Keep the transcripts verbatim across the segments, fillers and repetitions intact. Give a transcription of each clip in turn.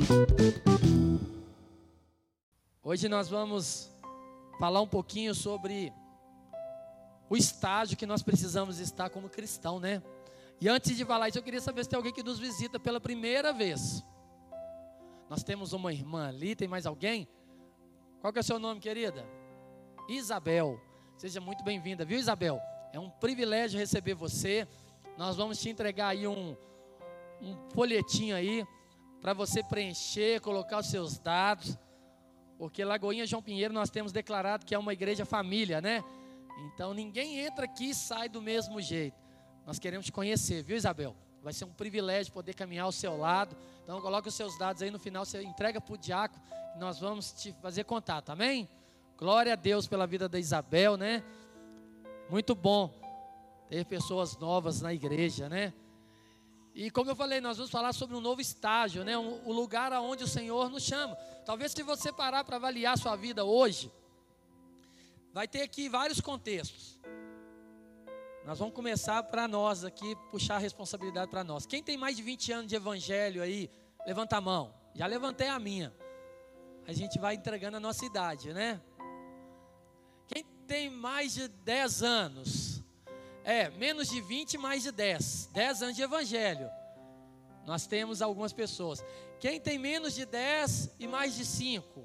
Hoje nós vamos falar um pouquinho sobre o estágio que nós precisamos estar como cristão, né? E antes de falar isso, eu queria saber se tem alguém que nos visita pela primeira vez. Nós temos uma irmã ali, tem mais alguém? Qual que é o seu nome, querida? Isabel. Seja muito bem-vinda, viu, Isabel? É um privilégio receber você. Nós vamos te entregar aí um, um folhetinho aí, para você preencher, colocar os seus dados. Porque Lagoinha João Pinheiro nós temos declarado que é uma igreja família, né? Então ninguém entra aqui e sai do mesmo jeito. Nós queremos te conhecer, viu, Isabel? Vai ser um privilégio poder caminhar ao seu lado. Então coloque os seus dados aí no final, você entrega para o diácono, que nós vamos te fazer contato, amém? Glória a Deus pela vida da Isabel, né? Muito bom ter pessoas novas na igreja, né? E como eu falei, nós vamos falar sobre um novo estágio, né? Um, o lugar aonde o Senhor nos chama. Talvez se você parar para avaliar a sua vida hoje, vai ter aqui vários contextos. Nós vamos começar para nós aqui, puxar a responsabilidade para nós. Quem tem mais de vinte anos de evangelho aí, levanta a mão. Já levantei a minha. A gente vai entregando a nossa idade, né? Quem tem mais de dez anos? É, menos de vinte, mais de dez. dez anos de evangelho. Nós temos algumas pessoas. Quem tem menos de dez e mais de cinco?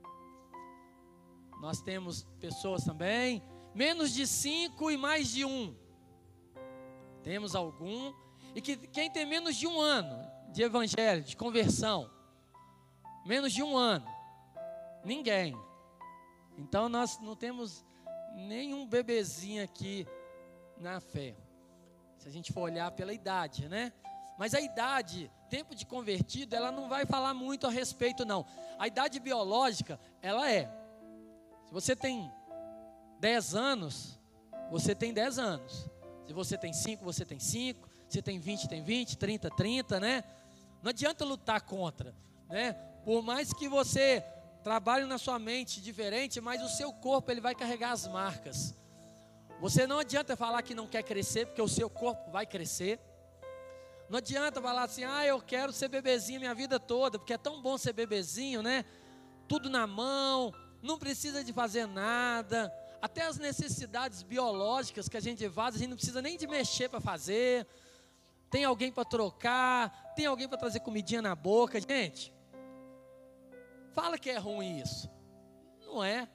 Nós temos pessoas também. Menos de cinco e mais de um. Temos algum. E que, quem tem menos de um ano de evangelho, de conversão? Menos de um ano. Ninguém. Então nós não temos nenhum bebezinho aqui na fé, se a gente for olhar pela idade, né? Mas a idade, tempo de convertido, ela não vai falar muito a respeito, não. A idade biológica, ela é. Se você tem dez anos, você tem dez anos. Se você tem cinco, você tem cinco. Se tem vinte, tem vinte, trinta, trinta, né? Não adianta lutar contra, né? Por mais que você trabalhe na sua mente diferente, mas o seu corpo, ele vai carregar as marcas. Você não adianta falar que não quer crescer, porque o seu corpo vai crescer. Não adianta falar assim, ah, eu quero ser bebezinho minha vida toda, porque é tão bom ser bebezinho, né? Tudo na mão, não precisa de fazer nada. Até as necessidades biológicas que a gente faz, a gente não precisa nem de mexer para fazer. Tem alguém para trocar, tem alguém para trazer comidinha na boca. Gente, fala que é ruim isso. Não é.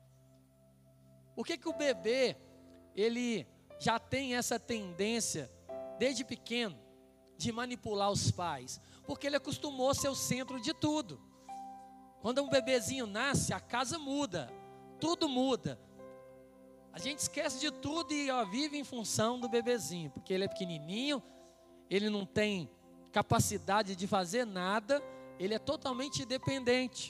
Por que que o bebê, ele já tem essa tendência, desde pequeno, de manipular os pais? Porque ele acostumou a ser o centro de tudo. Quando um bebezinho nasce, a casa muda, tudo muda. A gente esquece de tudo e ó, vive em função do bebezinho, porque ele é pequenininho, ele não tem capacidade de fazer nada, ele é totalmente dependente.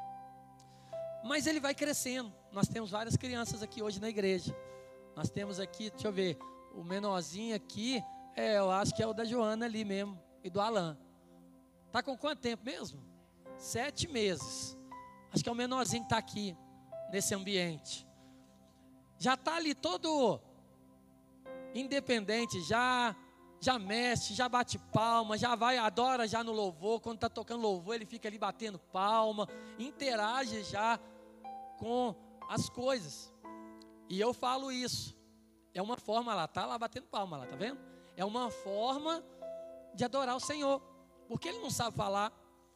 Mas ele vai crescendo. Nós temos várias crianças aqui hoje na igreja. Nós temos aqui, deixa eu ver, o menorzinho aqui, é, eu acho que é o da Joana ali mesmo, e do Alan. Está com quanto tempo mesmo? Sete meses. Acho que é o menorzinho que está aqui, nesse ambiente. Já está ali todo independente, já, já mexe, já bate palma, já vai, adora já no louvor. Quando está tocando louvor, ele fica ali batendo palma, interage já com as coisas. E eu falo isso, é uma forma lá, tá lá batendo palma lá, tá vendo? É uma forma de adorar o Senhor, porque ele não sabe falar.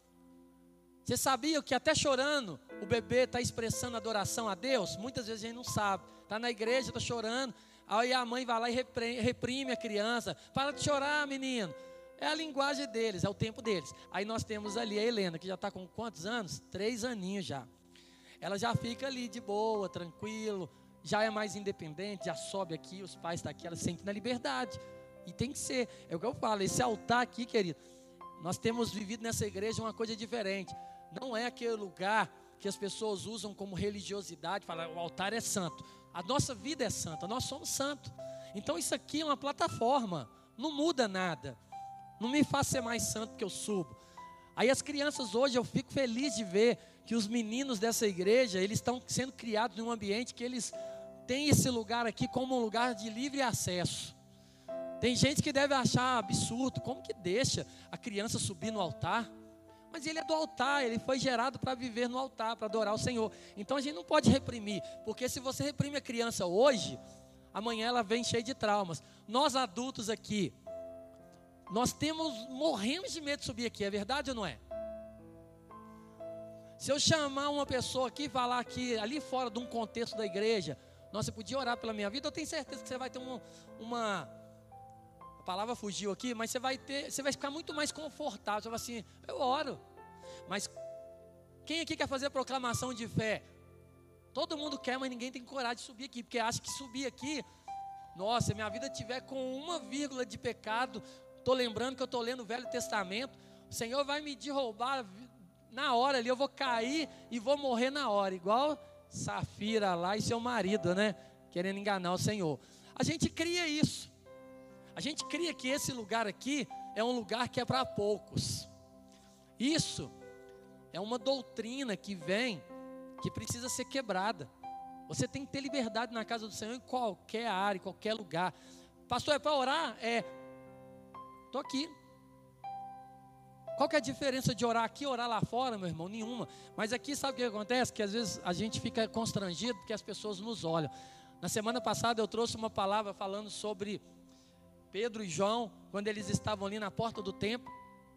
Você sabia que até chorando, o bebê está expressando adoração a Deus? Muitas vezes a gente não sabe, está na igreja, está chorando, aí a mãe vai lá e reprime, reprime a criança, para de chorar, menino. É a linguagem deles, é o tempo deles. Aí nós temos ali a Helena, que já está com quantos anos? Três aninhos já. Ela já fica ali de boa, tranquilo, já é mais independente, já sobe aqui, os pais estão aqui, ela se sente na liberdade. E tem que ser, é o que eu falo, esse altar aqui, querido, nós temos vivido nessa igreja uma coisa diferente. Não é aquele lugar que as pessoas usam como religiosidade, falar o altar é santo. A nossa vida é santa, nós somos santos. Então isso aqui é uma plataforma, não muda nada. Não me faz ser mais santo que eu subo. Aí as crianças hoje, eu fico feliz de ver que os meninos dessa igreja, eles estão sendo criados em um ambiente que eles têm esse lugar aqui como um lugar de livre acesso. Tem gente que deve achar absurdo, como que deixa a criança subir no altar? Mas ele é do altar, ele foi gerado para viver no altar, para adorar o Senhor. Então a gente não pode reprimir, porque se você reprime a criança hoje, amanhã ela vem cheia de traumas. Nós adultos aqui, nós temos, morremos de medo de subir aqui, é verdade ou não é? Se eu chamar uma pessoa aqui e falar que ali fora de um contexto da igreja, nossa, você podia orar pela minha vida, eu tenho certeza que você vai ter uma, uma a palavra fugiu aqui, mas você vai ter, você vai ficar muito mais confortável. Você vai assim, eu oro. Mas quem aqui quer fazer a proclamação de fé? Todo mundo quer, mas ninguém tem coragem de subir aqui, porque acha que subir aqui, nossa, se minha vida tiver com uma vírgula de pecado, estou lembrando que eu estou lendo o Velho Testamento, o Senhor vai me derrubar na hora ali, eu vou cair e vou morrer na hora, igual Safira lá e seu marido, né? Querendo enganar o Senhor. A gente cria isso. A gente cria que esse lugar aqui é um lugar que é para poucos. Isso é uma doutrina que vem, que precisa ser quebrada. Você tem que ter liberdade na casa do Senhor em qualquer área, em qualquer lugar. Pastor, é para orar? É. Estou aqui. Qual que é a diferença de orar aqui e orar lá fora, meu irmão? Nenhuma. Mas aqui sabe o que acontece? Que às vezes a gente fica constrangido porque as pessoas nos olham. Na semana passada eu trouxe uma palavra falando sobre Pedro e João, quando eles estavam ali na porta do templo.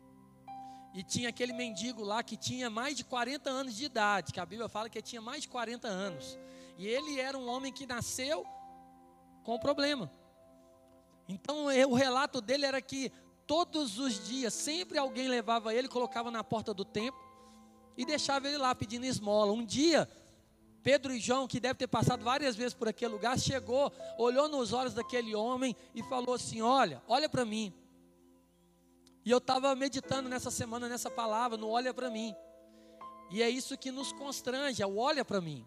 E tinha aquele mendigo lá que tinha mais de quarenta anos de idade, que a Bíblia fala que ele tinha mais de quarenta anos. E ele era um homem que nasceu com problema. Então o relato dele era que todos os dias, sempre alguém levava ele, colocava na porta do templo e deixava ele lá pedindo esmola. Um dia, Pedro e João, que deve ter passado várias vezes por aquele lugar, chegou, olhou nos olhos daquele homem e falou assim, olha, olha para mim. E eu estava meditando nessa semana, nessa palavra, no olha para mim. E é isso que nos constrange, é o olha para mim.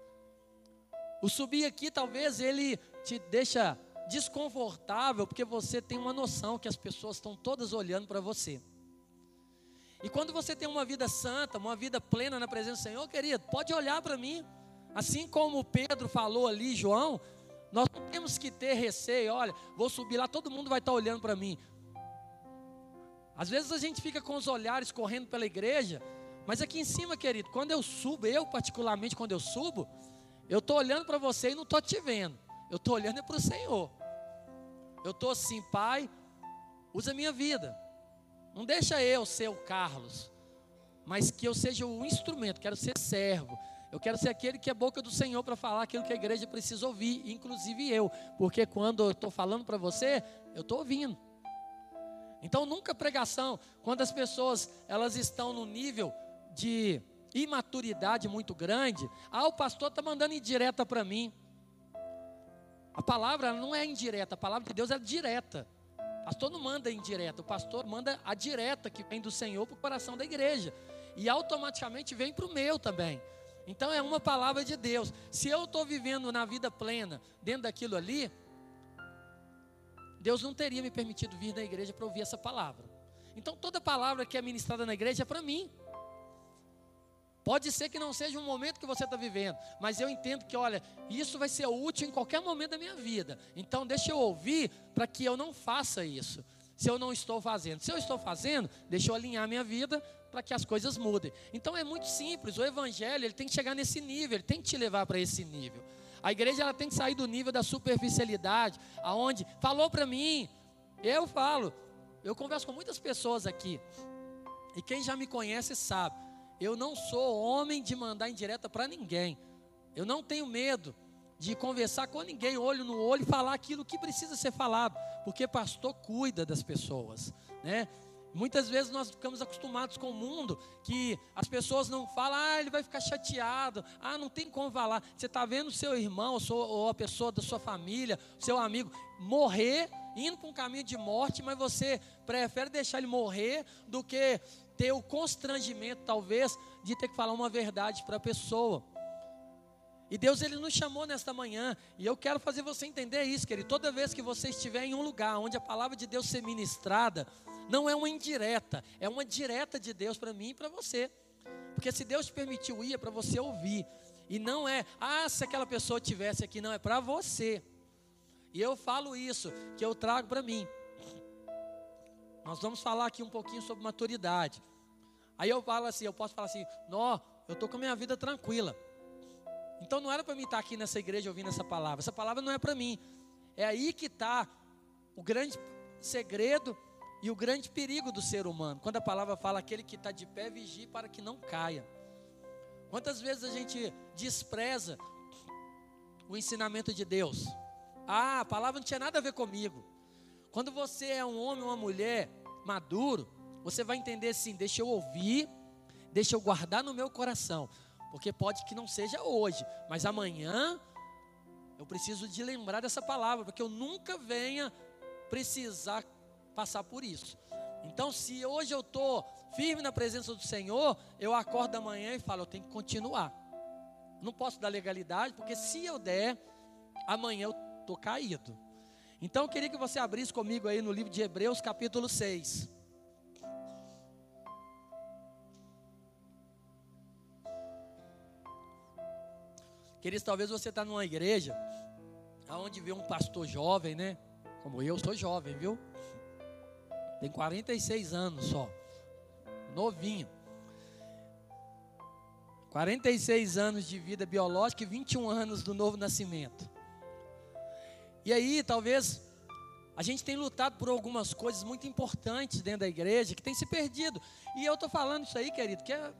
O subir aqui, talvez ele te deixa desconfortável, porque você tem uma noção que as pessoas estão todas olhando para você. E quando você tem uma vida santa, uma vida plena na presença do Senhor, querido, pode olhar para mim. Assim como Pedro falou ali, João, nós não temos que ter receio, olha, vou subir lá, todo mundo vai estar olhando para mim. Às vezes a gente fica com os olhares correndo pela igreja, mas aqui em cima, querido, quando eu subo, eu particularmente quando eu subo, eu estou olhando para você e não estou te vendo. Eu estou olhando é para o Senhor. Eu estou assim, Pai, usa a minha vida. Não deixa eu ser o Carlos, mas que eu seja o instrumento, quero ser servo. Eu quero ser aquele que é boca do Senhor para falar aquilo que a igreja precisa ouvir, inclusive eu. Porque quando eu estou falando para você, eu estou ouvindo. Então nunca pregação, quando as pessoas elas estão no nível de imaturidade muito grande, ah, o pastor está mandando indireta para mim. A palavra não é indireta, a palavra de Deus é direta. O pastor não manda indireta, o pastor manda a direta que vem do Senhor para o coração da igreja. E automaticamente vem para o meu também. Então é uma palavra de Deus. Se eu estou vivendo na vida plena, dentro daquilo ali, Deus não teria me permitido vir na igreja para ouvir essa palavra. Então toda palavra que é ministrada na igreja é para mim. Pode ser que não seja um momento que você está vivendo, mas eu entendo que, olha, isso vai ser útil em qualquer momento da minha vida. Então deixa eu ouvir para que eu não faça isso, se eu não estou fazendo. Se eu estou fazendo, deixa eu alinhar minha vida para que as coisas mudem. Então é muito simples, o evangelho ele tem que chegar nesse nível, ele tem que te levar para esse nível. A igreja ela tem que sair do nível da superficialidade, aonde falou para mim, eu falo, eu converso com muitas pessoas aqui, e quem já me conhece sabe, eu não sou homem de mandar indireta para ninguém. Eu não tenho medo de conversar com ninguém, olho no olho, e falar aquilo que precisa ser falado. Porque pastor cuida das pessoas, né? Muitas vezes nós ficamos acostumados com o mundo, que as pessoas não falam, ah, ele vai ficar chateado, ah, não tem como falar. Você está vendo o seu irmão, ou a pessoa da sua família, seu amigo, morrer, indo para um caminho de morte, mas você prefere deixar ele morrer do que ter o constrangimento, talvez, de ter que falar uma verdade para a pessoa. E Deus, Ele nos chamou nesta manhã, e eu quero fazer você entender isso, querido. Toda vez que você estiver em um lugar onde a palavra de Deus ser ministrada, não é uma indireta, é uma direta de Deus para mim e para você. Porque se Deus te permitiu ir, é para você ouvir. E não é, ah, se aquela pessoa estivesse aqui, não, é para você. E eu falo isso, que eu trago para mim. Nós vamos falar aqui um pouquinho sobre maturidade. Aí eu falo assim, eu posso falar assim, não, eu estou com a minha vida tranquila. Então não era para mim estar aqui nessa igreja ouvindo essa palavra. Essa palavra não é para mim. É aí que está o grande segredo e o grande perigo do ser humano. Quando a palavra fala, aquele que está de pé, vigie para que não caia. Quantas vezes a gente despreza o ensinamento de Deus? Ah, a palavra não tinha nada a ver comigo. Quando você é um homem ou uma mulher maduro, você vai entender assim, deixa eu ouvir, deixa eu guardar no meu coração. Porque pode que não seja hoje, mas amanhã eu preciso de lembrar dessa palavra, porque eu nunca venha precisar passar por isso. Então, se hoje eu estou firme na presença do Senhor, eu acordo amanhã e falo, eu tenho que continuar. Não posso dar legalidade, porque se eu der, amanhã eu estou caído. Então, eu queria que você abrisse comigo aí no livro de Hebreus, capítulo seis. Queridos, talvez você está numa igreja onde vê um pastor jovem, né? Como eu, sou jovem, viu? Tem quarenta e seis anos só. Novinho. quarenta e seis anos de vida biológica e vinte e um anos do novo nascimento. E aí, talvez, a gente tem lutado por algumas coisas muito importantes dentro da igreja, que tem se perdido. E eu estou falando isso aí, querido, que é,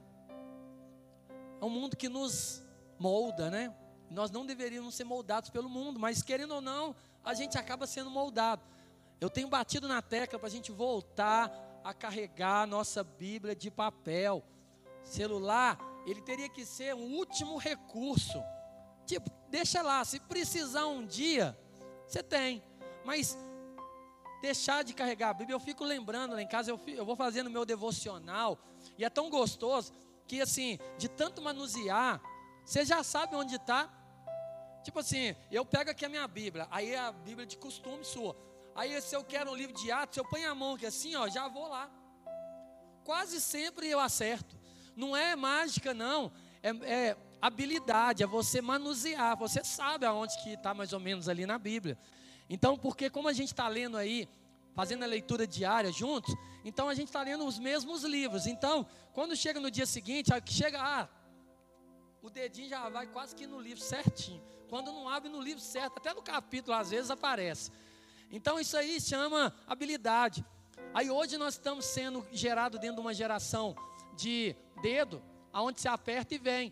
é um mundo que nos molda, né? Nós não deveríamos ser moldados pelo mundo, mas querendo ou não, a gente acaba sendo moldado. Eu tenho batido na tecla para a gente voltar a carregar a nossa Bíblia de papel. Celular, ele teria que ser um último recurso. Tipo, deixa lá, se precisar um dia, você tem. Mas deixar de carregar a Bíblia, eu fico lembrando lá em casa, eu, fico, eu vou fazendo meu devocional, e é tão gostoso, que assim, de tanto manusear, você já sabe onde está. Tipo assim, eu pego aqui a minha Bíblia, aí é a Bíblia de costume sua. Aí se eu quero um livro de Atos, eu ponho a mão aqui assim, ó, já vou lá. Quase sempre eu acerto. Não é mágica não, é, é habilidade, é você manusear. Você sabe aonde que está mais ou menos ali na Bíblia. Então, porque como a gente está lendo aí, fazendo a leitura diária juntos, então a gente está lendo os mesmos livros. Então, quando chega no dia seguinte, chega, ah, o dedinho já vai quase que no livro certinho. Quando não abre no livro certo, até no capítulo às vezes aparece. Então isso aí chama habilidade. Aí hoje nós estamos sendo gerados dentro de uma geração de dedo, aonde se aperta e vem.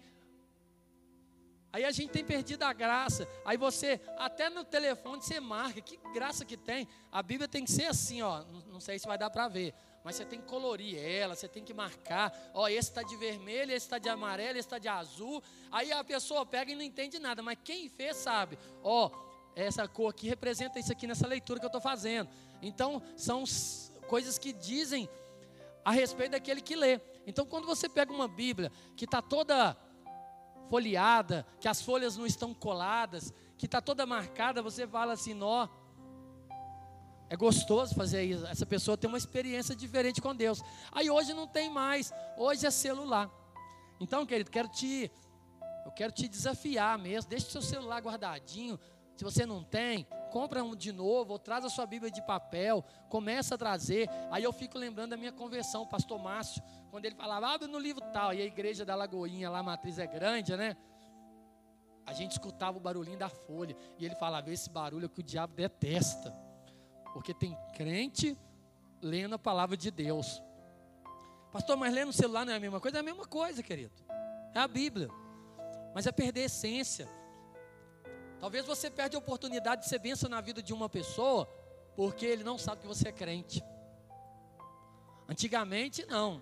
Aí a gente tem perdido a graça. Aí você, até no telefone você marca, que graça que tem. A Bíblia tem que ser assim, ó, não, não sei se vai dar para ver, mas você tem que colorir ela, você tem que marcar, ó, esse está de vermelho, esse está de amarelo, esse está de azul. Aí a pessoa pega e não entende nada, mas quem fez sabe, ó, essa cor aqui representa isso aqui nessa leitura que eu estou fazendo. Então são coisas que dizem a respeito daquele que lê. Então quando você pega uma Bíblia que está toda folheada, que as folhas não estão coladas, que está toda marcada, você fala assim, ó, é gostoso fazer isso. Essa pessoa tem uma experiência diferente com Deus. Aí hoje não tem mais, hoje é celular. Então, querido, quero te, eu quero te desafiar mesmo. Deixe o seu celular guardadinho. Se você não tem, compra um de novo, ou traz a sua Bíblia de papel, começa a trazer. Aí eu fico lembrando da minha conversão, o pastor Márcio, quando ele falava, abre no livro tal, e a igreja da Lagoinha, lá a matriz é grande, né? A gente escutava o barulhinho da folha, e ele falava, esse barulho é que o diabo detesta, porque tem crente lendo a palavra de Deus. Pastor, mas lendo no celular não é a mesma coisa? É a mesma coisa, querido, é a Bíblia, mas é perder a essência. Talvez você perde a oportunidade de ser bênção na vida de uma pessoa, porque ele não sabe que você é crente. Antigamente não.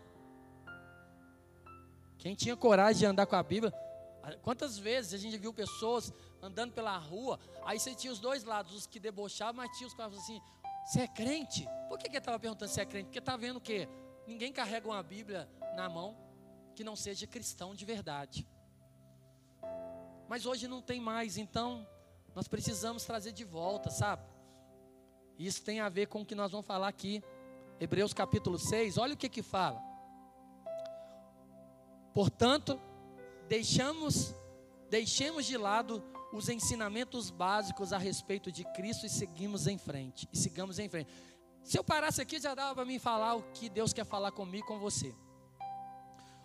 Quem tinha coragem de andar com a Bíblia, quantas vezes a gente viu pessoas andando pela rua, aí você tinha os dois lados, os que debochavam, mas tinha os que falavam assim, você é crente? Por que que ele estava perguntando se é crente? Porque está vendo o quê? Ninguém carrega uma Bíblia na mão que não seja cristão de verdade. Mas hoje não tem mais, então nós precisamos trazer de volta, sabe? Isso tem a ver com o que nós vamos falar aqui. Hebreus capítulo seis, olha o que que fala. Portanto, deixamos, deixemos de lado os ensinamentos básicos a respeito de Cristo e seguimos em frente. E sigamos em frente. Se eu parasse aqui, já dava para mim falar o que Deus quer falar comigo e com você.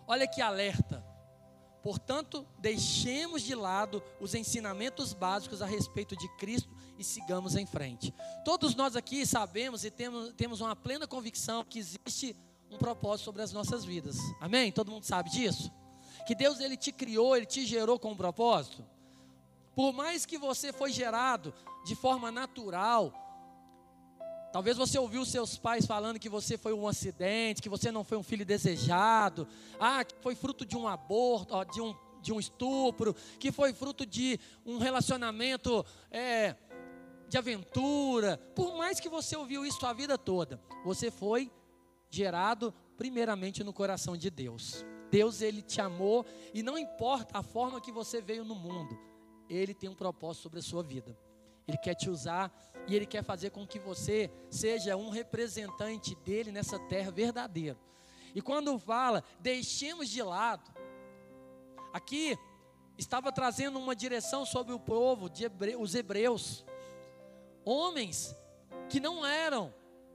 Olha que alerta. Portanto, deixemos de lado os ensinamentos básicos a respeito de Cristo e sigamos em frente. Todos nós aqui sabemos e temos, temos uma plena convicção que existe um propósito sobre as nossas vidas. Amém? Todo mundo sabe disso? Que Deus, Ele te criou, Ele te gerou com um propósito. Por mais que você foi gerado de forma natural, talvez você ouviu seus pais falando que você foi um acidente, que você não foi um filho desejado, ah, que foi fruto de um aborto, ó, de, um, de um estupro, que foi fruto de um relacionamento é, de aventura. Por mais que você ouviu isso a vida toda, você foi gerado primeiramente no coração de Deus. Deus, Ele te amou e não importa a forma que você veio no mundo, Ele tem um propósito sobre a sua vida. Ele quer te usar e Ele quer fazer com que você seja um representante dEle nessa terra verdadeiro. E quando fala, deixemos de lado, aqui estava trazendo uma direção sobre o povo, de hebre, os hebreus, homens que não eram,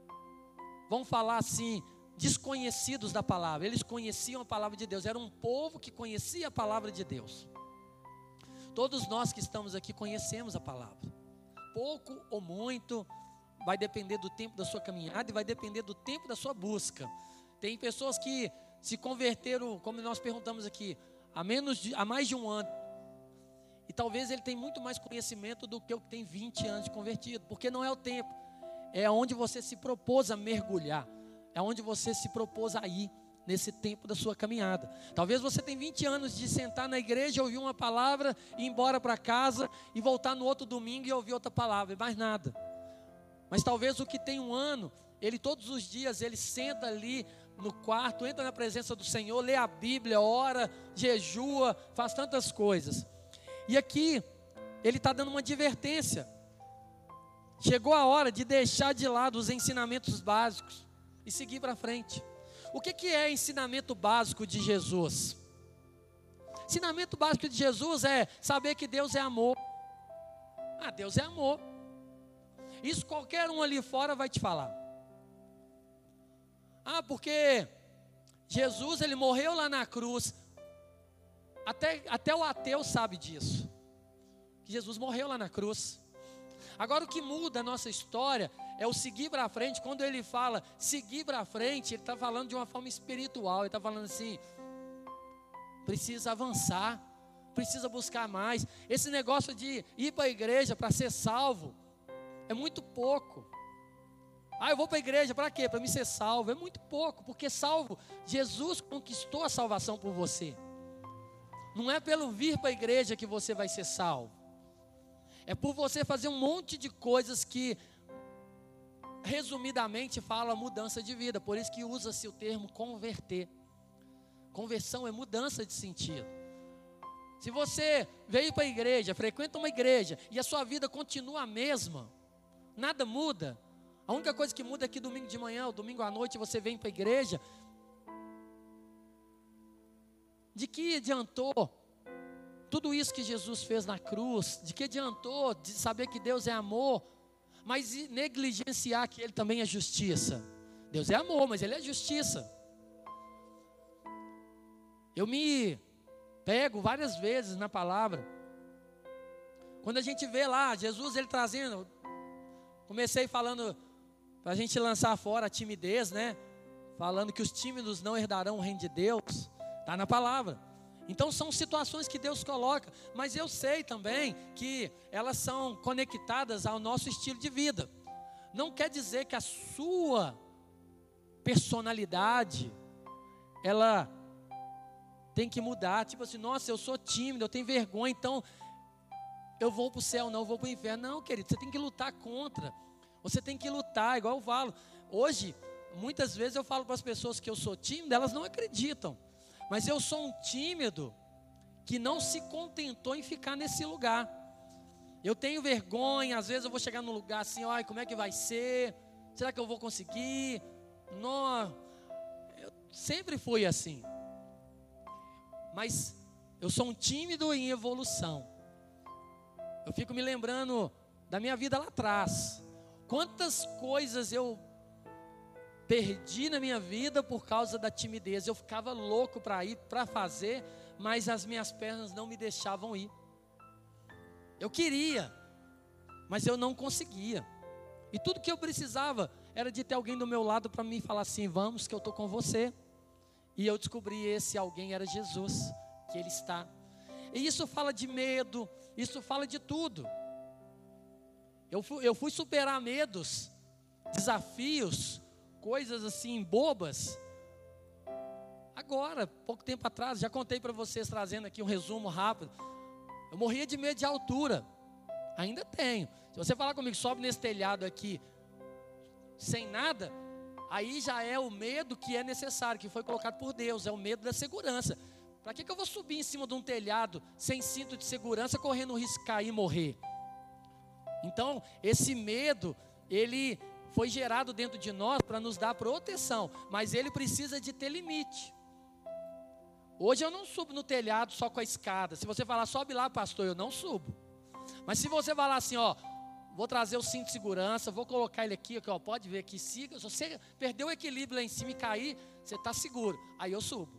vamos falar assim, desconhecidos da palavra. Eles conheciam a palavra de Deus, era um povo que conhecia a palavra de Deus. Todos nós que estamos aqui conhecemos a palavra, pouco ou muito, vai depender do tempo da sua caminhada e vai depender do tempo da sua busca. Tem pessoas que se converteram, como nós perguntamos aqui, há, menos de, há mais de um ano, e talvez ele tenha muito mais conhecimento do que o que tem vinte anos de convertido, porque não é o tempo, é onde você se propôs a mergulhar, é onde você se propôs a ir nesse tempo da sua caminhada. Talvez você tenha vinte anos de sentar na igreja, ouvir uma palavra, ir embora para casa e voltar no outro domingo e ouvir outra palavra, e mais nada. Mas talvez o que tem um ano, ele todos os dias, ele senta ali no quarto, entra na presença do Senhor, lê a Bíblia, ora, jejua, faz tantas coisas. E aqui, ele está dando uma advertência. Chegou a hora de deixar de lado os ensinamentos básicos e seguir para frente. O que, que é ensinamento básico de Jesus? Ensinamento básico de Jesus é saber que Deus é amor. Ah, Deus é amor. Isso qualquer um ali fora vai te falar. Ah, porque Jesus, ele morreu lá na cruz. Até, até o ateu sabe disso. Que Jesus morreu lá na cruz. Agora o que muda a nossa história é o seguir para frente. Quando ele fala seguir para frente, ele está falando de uma forma espiritual. Ele está falando assim, precisa avançar, precisa buscar mais. Esse negócio de ir para a igreja para ser salvo é muito pouco. Ah, eu vou para a igreja para quê? Para me ser salvo. É muito pouco, porque salvo, Jesus conquistou a salvação por você. Não é pelo vir para a igreja que você vai ser salvo. É por você fazer um monte de coisas que, resumidamente, fala mudança de vida. Por isso que usa-se o termo converter. Conversão é mudança de sentido. Se você veio para a igreja, frequenta uma igreja, e a sua vida continua a mesma, nada muda. A única coisa que muda é que domingo de manhã ou domingo à noite você vem para a igreja. De que adiantou tudo isso que Jesus fez na cruz? De que adiantou de saber que Deus é amor, mas negligenciar que Ele também é justiça? Deus é amor, mas Ele é justiça. Eu me pego várias vezes na palavra, quando a gente vê lá, Jesus, Ele trazendo, comecei falando, para a gente lançar fora a timidez, né? Falando que os tímidos não herdarão o reino de Deus, está na palavra. Então são situações que Deus coloca, mas eu sei também que elas são conectadas ao nosso estilo de vida. Não quer dizer que a sua personalidade, ela tem que mudar. Tipo assim, nossa, eu sou tímido, eu tenho vergonha, então eu vou para o céu, não, eu vou para o inferno. Não, querido, você tem que lutar contra. Você tem que lutar, igual eu falo. Hoje, muitas vezes eu falo para as pessoas que eu sou tímido, elas não acreditam. Mas eu sou um tímido que não se contentou em ficar nesse lugar. Eu tenho vergonha, às vezes eu vou chegar num lugar assim, ai, como é que vai ser? Será que eu vou conseguir? Não, eu sempre fui assim. Mas eu sou um tímido em evolução. Eu fico me lembrando da minha vida lá atrás. Quantas coisas eu perdi na minha vida por causa da timidez. Eu ficava louco para ir, para fazer, mas as minhas pernas não me deixavam ir. Eu queria, mas eu não conseguia. E tudo que eu precisava era de ter alguém do meu lado para me falar assim: vamos que eu estou com você. E eu descobri esse alguém era Jesus, que Ele está. E isso fala de medo, isso fala de tudo. Eu fui, eu fui superar medos, desafios, coisas assim bobas. Agora, pouco tempo atrás, já contei para vocês, trazendo aqui um resumo rápido. Eu morria de medo de altura, ainda tenho. Se você falar comigo, sobe nesse telhado aqui, sem nada, aí já é o medo que é necessário, que foi colocado por Deus, é o medo da segurança. Para que, que eu vou subir em cima de um telhado, sem cinto de segurança, correndo o risco de cair e morrer? Então, esse medo, ele foi gerado dentro de nós para nos dar proteção, mas ele precisa de ter limite. Hoje eu não subo no telhado só com a escada. Se você falar, sobe lá, pastor, eu não subo. Mas se você falar assim, ó, vou trazer o cinto de segurança, vou colocar ele aqui, ó, pode ver aqui, siga. Se você perder o equilíbrio lá em cima e cair, você está seguro. Aí eu subo.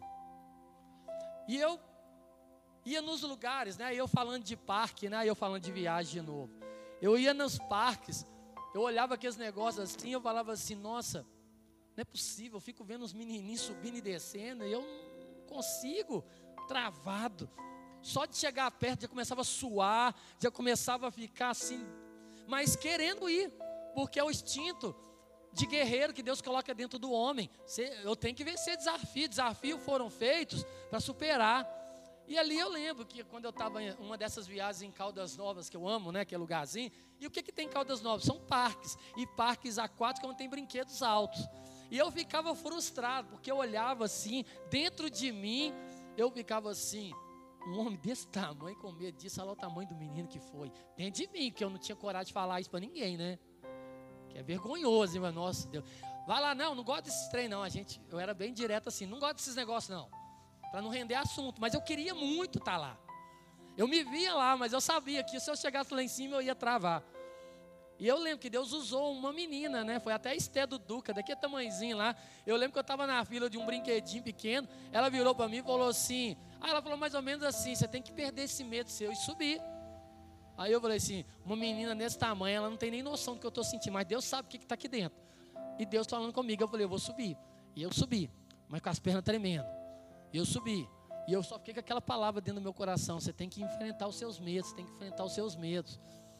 E eu ia nos lugares, né? Eu falando de parque, né? Eu falando de viagem de novo. Eu ia nos parques, eu olhava aqueles negócios assim, eu falava assim, nossa, não é possível, eu fico vendo os menininhos subindo e descendo, e eu não consigo, travado. Só de chegar perto já começava a suar, já começava a ficar assim, mas querendo ir, porque é o instinto de guerreiro que Deus coloca dentro do homem. Eu tenho que vencer desafio, desafios foram feitos para superar. E ali eu lembro que quando eu estava em uma dessas viagens em Caldas Novas, que eu amo, né, que é lugarzinho, e o que que tem em Caldas Novas? São parques, e parques aquáticos onde tem brinquedos altos. E eu ficava frustrado, porque eu olhava assim, dentro de mim, eu ficava assim, um homem desse tamanho, com medo disso, olha lá o tamanho do menino que foi. Dentro de mim, que eu não tinha coragem de falar isso para ninguém, né? Que é vergonhoso, mas nossa Deus. Vai lá, não, não gosto desses trem não, a gente, eu era bem direto assim, não gosto desses negócios não. Para não render assunto, mas eu queria muito estar lá. Eu me via lá, mas eu sabia que se eu chegasse lá em cima eu ia travar. E eu lembro que Deus usou uma menina, né? Foi até a Esté do Duca, daqui a tamanhozinho lá. Eu lembro que eu estava na fila de um brinquedinho pequeno. Ela virou para mim e falou assim. Aí ela falou mais ou menos assim: você tem que perder esse medo seu e subir. Aí eu falei assim: uma menina desse tamanho, ela não tem nem noção do que eu estou sentindo, mas Deus sabe o que está aqui dentro. E Deus falando comigo, eu falei: eu vou subir. E eu subi, mas com as pernas tremendo. E eu subi. E eu só fiquei com aquela palavra dentro do meu coração: você tem que enfrentar os seus medos, você tem que enfrentar os seus medos.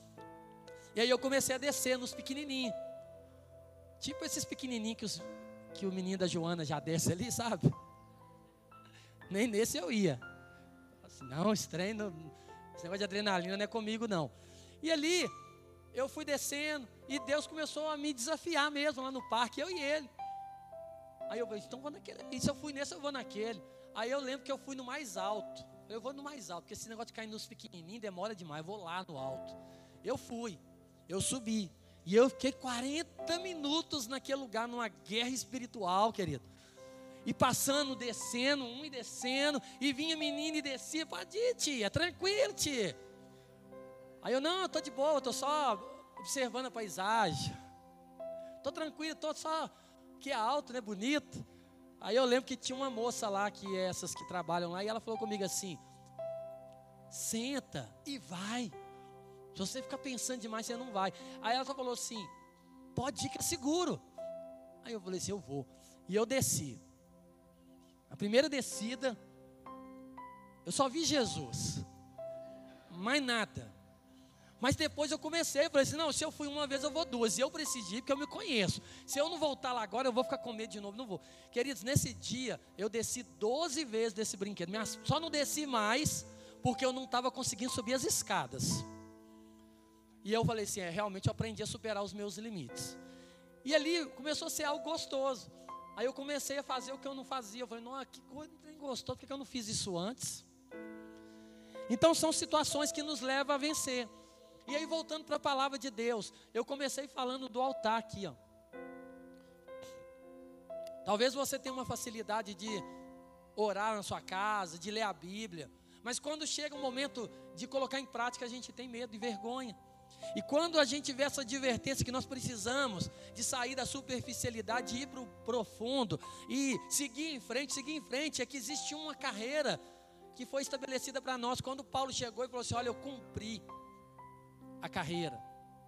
E aí eu comecei a descer nos pequenininhos. Tipo esses pequenininhos que, os, que o menino da Joana já desce ali, sabe? Nem nesse eu ia. Assim, não, esse trem, não, esse negócio de adrenalina não é comigo não. E ali eu fui descendo e Deus começou a me desafiar mesmo lá no parque, eu e ele. Aí eu falei, então vou naquele. E se eu fui nesse, eu vou naquele. Aí eu lembro que eu fui no mais alto. Eu vou no mais alto, porque esse negócio de cair nos pequenininhos demora demais. Eu vou lá no alto. Eu fui, eu subi. E eu fiquei quarenta minutos naquele lugar, numa guerra espiritual, querido. E passando, descendo, um e descendo. E vinha menino e descia. Pode ir, tia, tranquilo, tia. Aí eu, não, eu tô de boa, tô só observando a paisagem. Tô tranquilo, tô só... que é alto, né, bonito. Aí eu lembro que tinha uma moça lá, que é essas que trabalham lá, e ela falou comigo assim: senta e vai. Se você ficar pensando demais, você não vai. Aí ela só falou assim: pode ir que é seguro. Aí eu falei assim: eu vou. E eu desci. A primeira descida, eu só vi Jesus, mais nada. Mas depois eu comecei, eu falei assim, não, se eu fui uma vez, eu vou duas. E eu preciso ir, porque eu me conheço. Se eu não voltar lá agora, eu vou ficar com medo de novo, não vou. Queridos, nesse dia, eu desci doze vezes desse brinquedo. Só não desci mais, porque eu não estava conseguindo subir as escadas. E eu falei assim, é, realmente eu aprendi a superar os meus limites. E ali começou a ser algo gostoso. Aí eu comecei a fazer o que eu não fazia. Eu falei, não, que coisa gostosa, por que eu não fiz isso antes? Então são situações que nos levam a vencer. E aí voltando para a palavra de Deus, eu comecei falando do altar aqui, ó. Talvez você tenha uma facilidade de orar na sua casa, de ler a Bíblia, mas quando chega o momento de colocar em prática, a gente tem medo e vergonha. E quando a gente vê essa advertência que nós precisamos de sair da superficialidade e ir para o profundo e seguir em frente, seguir em frente, é que existe uma carreira que foi estabelecida para nós. Quando Paulo chegou e falou assim: olha, eu cumpri a carreira,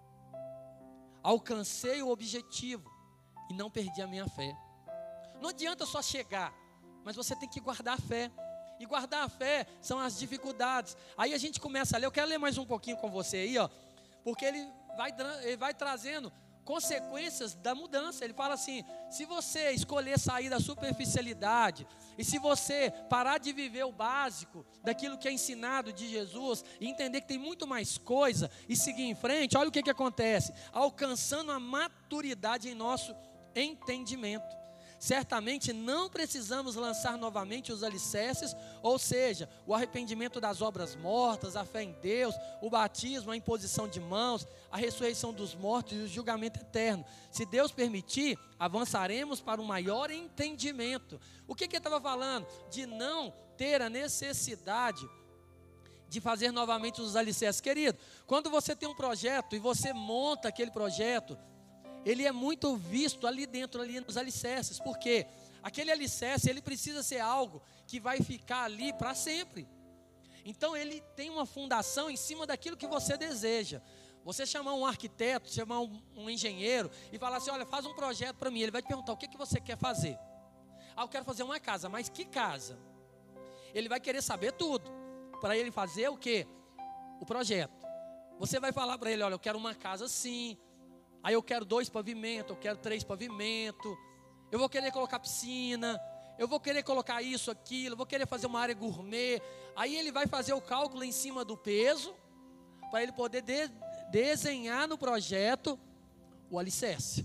alcancei o objetivo e não perdi a minha fé. Não adianta só chegar, mas você tem que guardar a fé. E guardar a fé são as dificuldades. Aí a gente começa a ler. Eu quero ler mais um pouquinho com você aí, ó, porque ele vai, ele vai trazendo consequências da mudança. Ele fala assim: se você escolher sair da superficialidade, e se você parar de viver o básico daquilo que é ensinado de Jesus, e entender que tem muito mais coisa, e seguir em frente, olha o que, que acontece: alcançando a maturidade em nosso entendimento. Certamente não precisamos lançar novamente os alicerces, ou seja, o arrependimento das obras mortas, a fé em Deus, o batismo, a imposição de mãos, a ressurreição dos mortos e o julgamento eterno. Se Deus permitir, avançaremos para um maior entendimento. O que, que ele estava falando? De não ter a necessidade de fazer novamente os alicerces. Querido, quando você tem um projeto e você monta aquele projeto, ele é muito visto ali dentro, ali nos alicerces, porque aquele alicerce, ele precisa ser algo que vai ficar ali para sempre. Então ele tem uma fundação em cima daquilo que você deseja. Você chamar um arquiteto, chamar um, um engenheiro e falar assim: olha, faz um projeto para mim. Ele vai te perguntar: o que, que você quer fazer? Ah, eu quero fazer uma casa. Mas que casa? Ele vai querer saber tudo, para ele fazer o quê? O projeto. Você vai falar para ele: olha, eu quero uma casa assim, aí eu quero dois pavimentos, eu quero três pavimentos, eu vou querer colocar piscina, eu vou querer colocar isso, aquilo, eu vou querer fazer uma área gourmet. Aí ele vai fazer o cálculo em cima do peso, para ele poder de, desenhar no projeto o alicerce.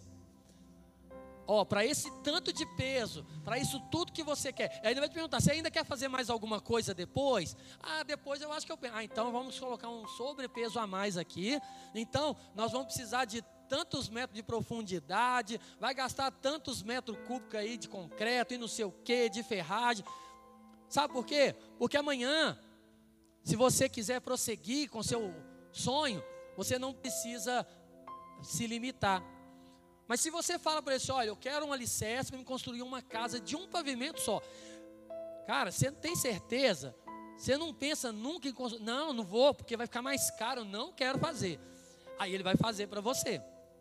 Ó, para esse tanto de peso, para isso tudo que você quer. Aí ele vai te perguntar: você ainda quer fazer mais alguma coisa depois? Ah, depois eu acho que eu penso. Ah, então vamos colocar um sobrepeso a mais aqui. Então nós vamos precisar de tantos metros de profundidade, vai gastar tantos metros cúbicos aí de concreto e não sei o que, de ferragem. Sabe por quê? Porque amanhã, se você quiser prosseguir com seu sonho, você não precisa se limitar. Mas se você fala para ele: olha, eu quero um alicerce para me construir uma casa de um pavimento só. Cara, você não tem certeza? Você não pensa nunca em construir? Não, não vou, porque vai ficar mais caro, eu não quero fazer. Aí ele vai fazer para você.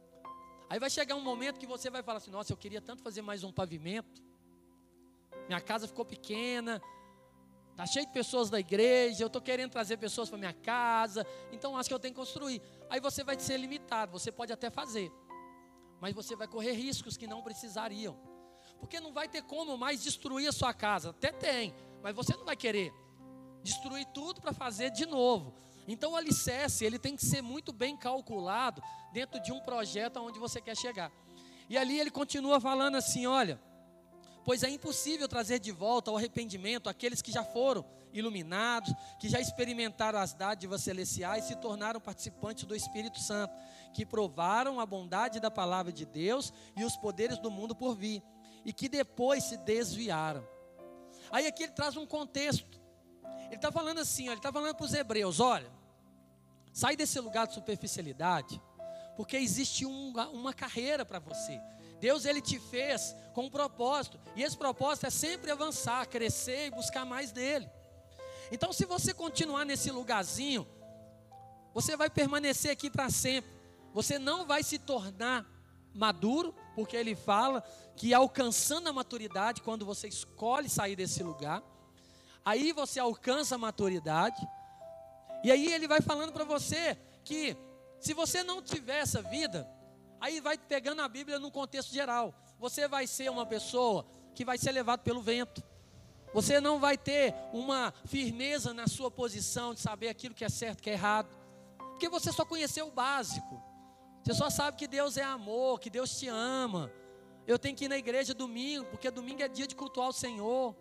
Aí vai chegar um momento que você vai falar assim: nossa, eu queria tanto fazer mais um pavimento. Minha casa ficou pequena, está cheio de pessoas da igreja, eu estou querendo trazer pessoas para minha casa, então acho que eu tenho que construir. Aí você vai ser limitado, você pode até fazer, mas você vai correr riscos que não precisariam. Porque não vai ter como mais destruir a sua casa. Até tem, mas você não vai querer destruir tudo para fazer de novo. Então o alicerce, ele tem que ser muito bem calculado dentro de um projeto aonde você quer chegar. E ali ele continua falando assim: olha, pois é impossível trazer de volta ao arrependimento aqueles que já foram iluminados, que já experimentaram as dádivas celestiais e se tornaram participantes do Espírito Santo, que provaram a bondade da palavra de Deus e os poderes do mundo por vir, e que depois se desviaram. Aí aqui ele traz um contexto. Ele está falando assim, ó, ele está falando para os hebreus: olha, sai desse lugar de superficialidade, porque existe um, uma carreira para você. Deus, ele te fez com um propósito, e esse propósito é sempre avançar, crescer e buscar mais dele. Então, se você continuar nesse lugarzinho, você vai permanecer aqui para sempre. Você não vai se tornar maduro, porque ele fala que alcançando a maturidade, quando você escolhe sair desse lugar, aí você alcança a maturidade. E aí ele vai falando para você que se você não tiver essa vida, aí vai pegando a Bíblia num contexto geral, você vai ser uma pessoa que vai ser levado pelo vento. Você não vai ter uma firmeza na sua posição de saber aquilo que é certo e que é errado, porque você só conheceu o básico. Você só sabe que Deus é amor, que Deus te ama. Eu tenho que ir na igreja domingo, porque domingo é dia de cultuar o Senhor.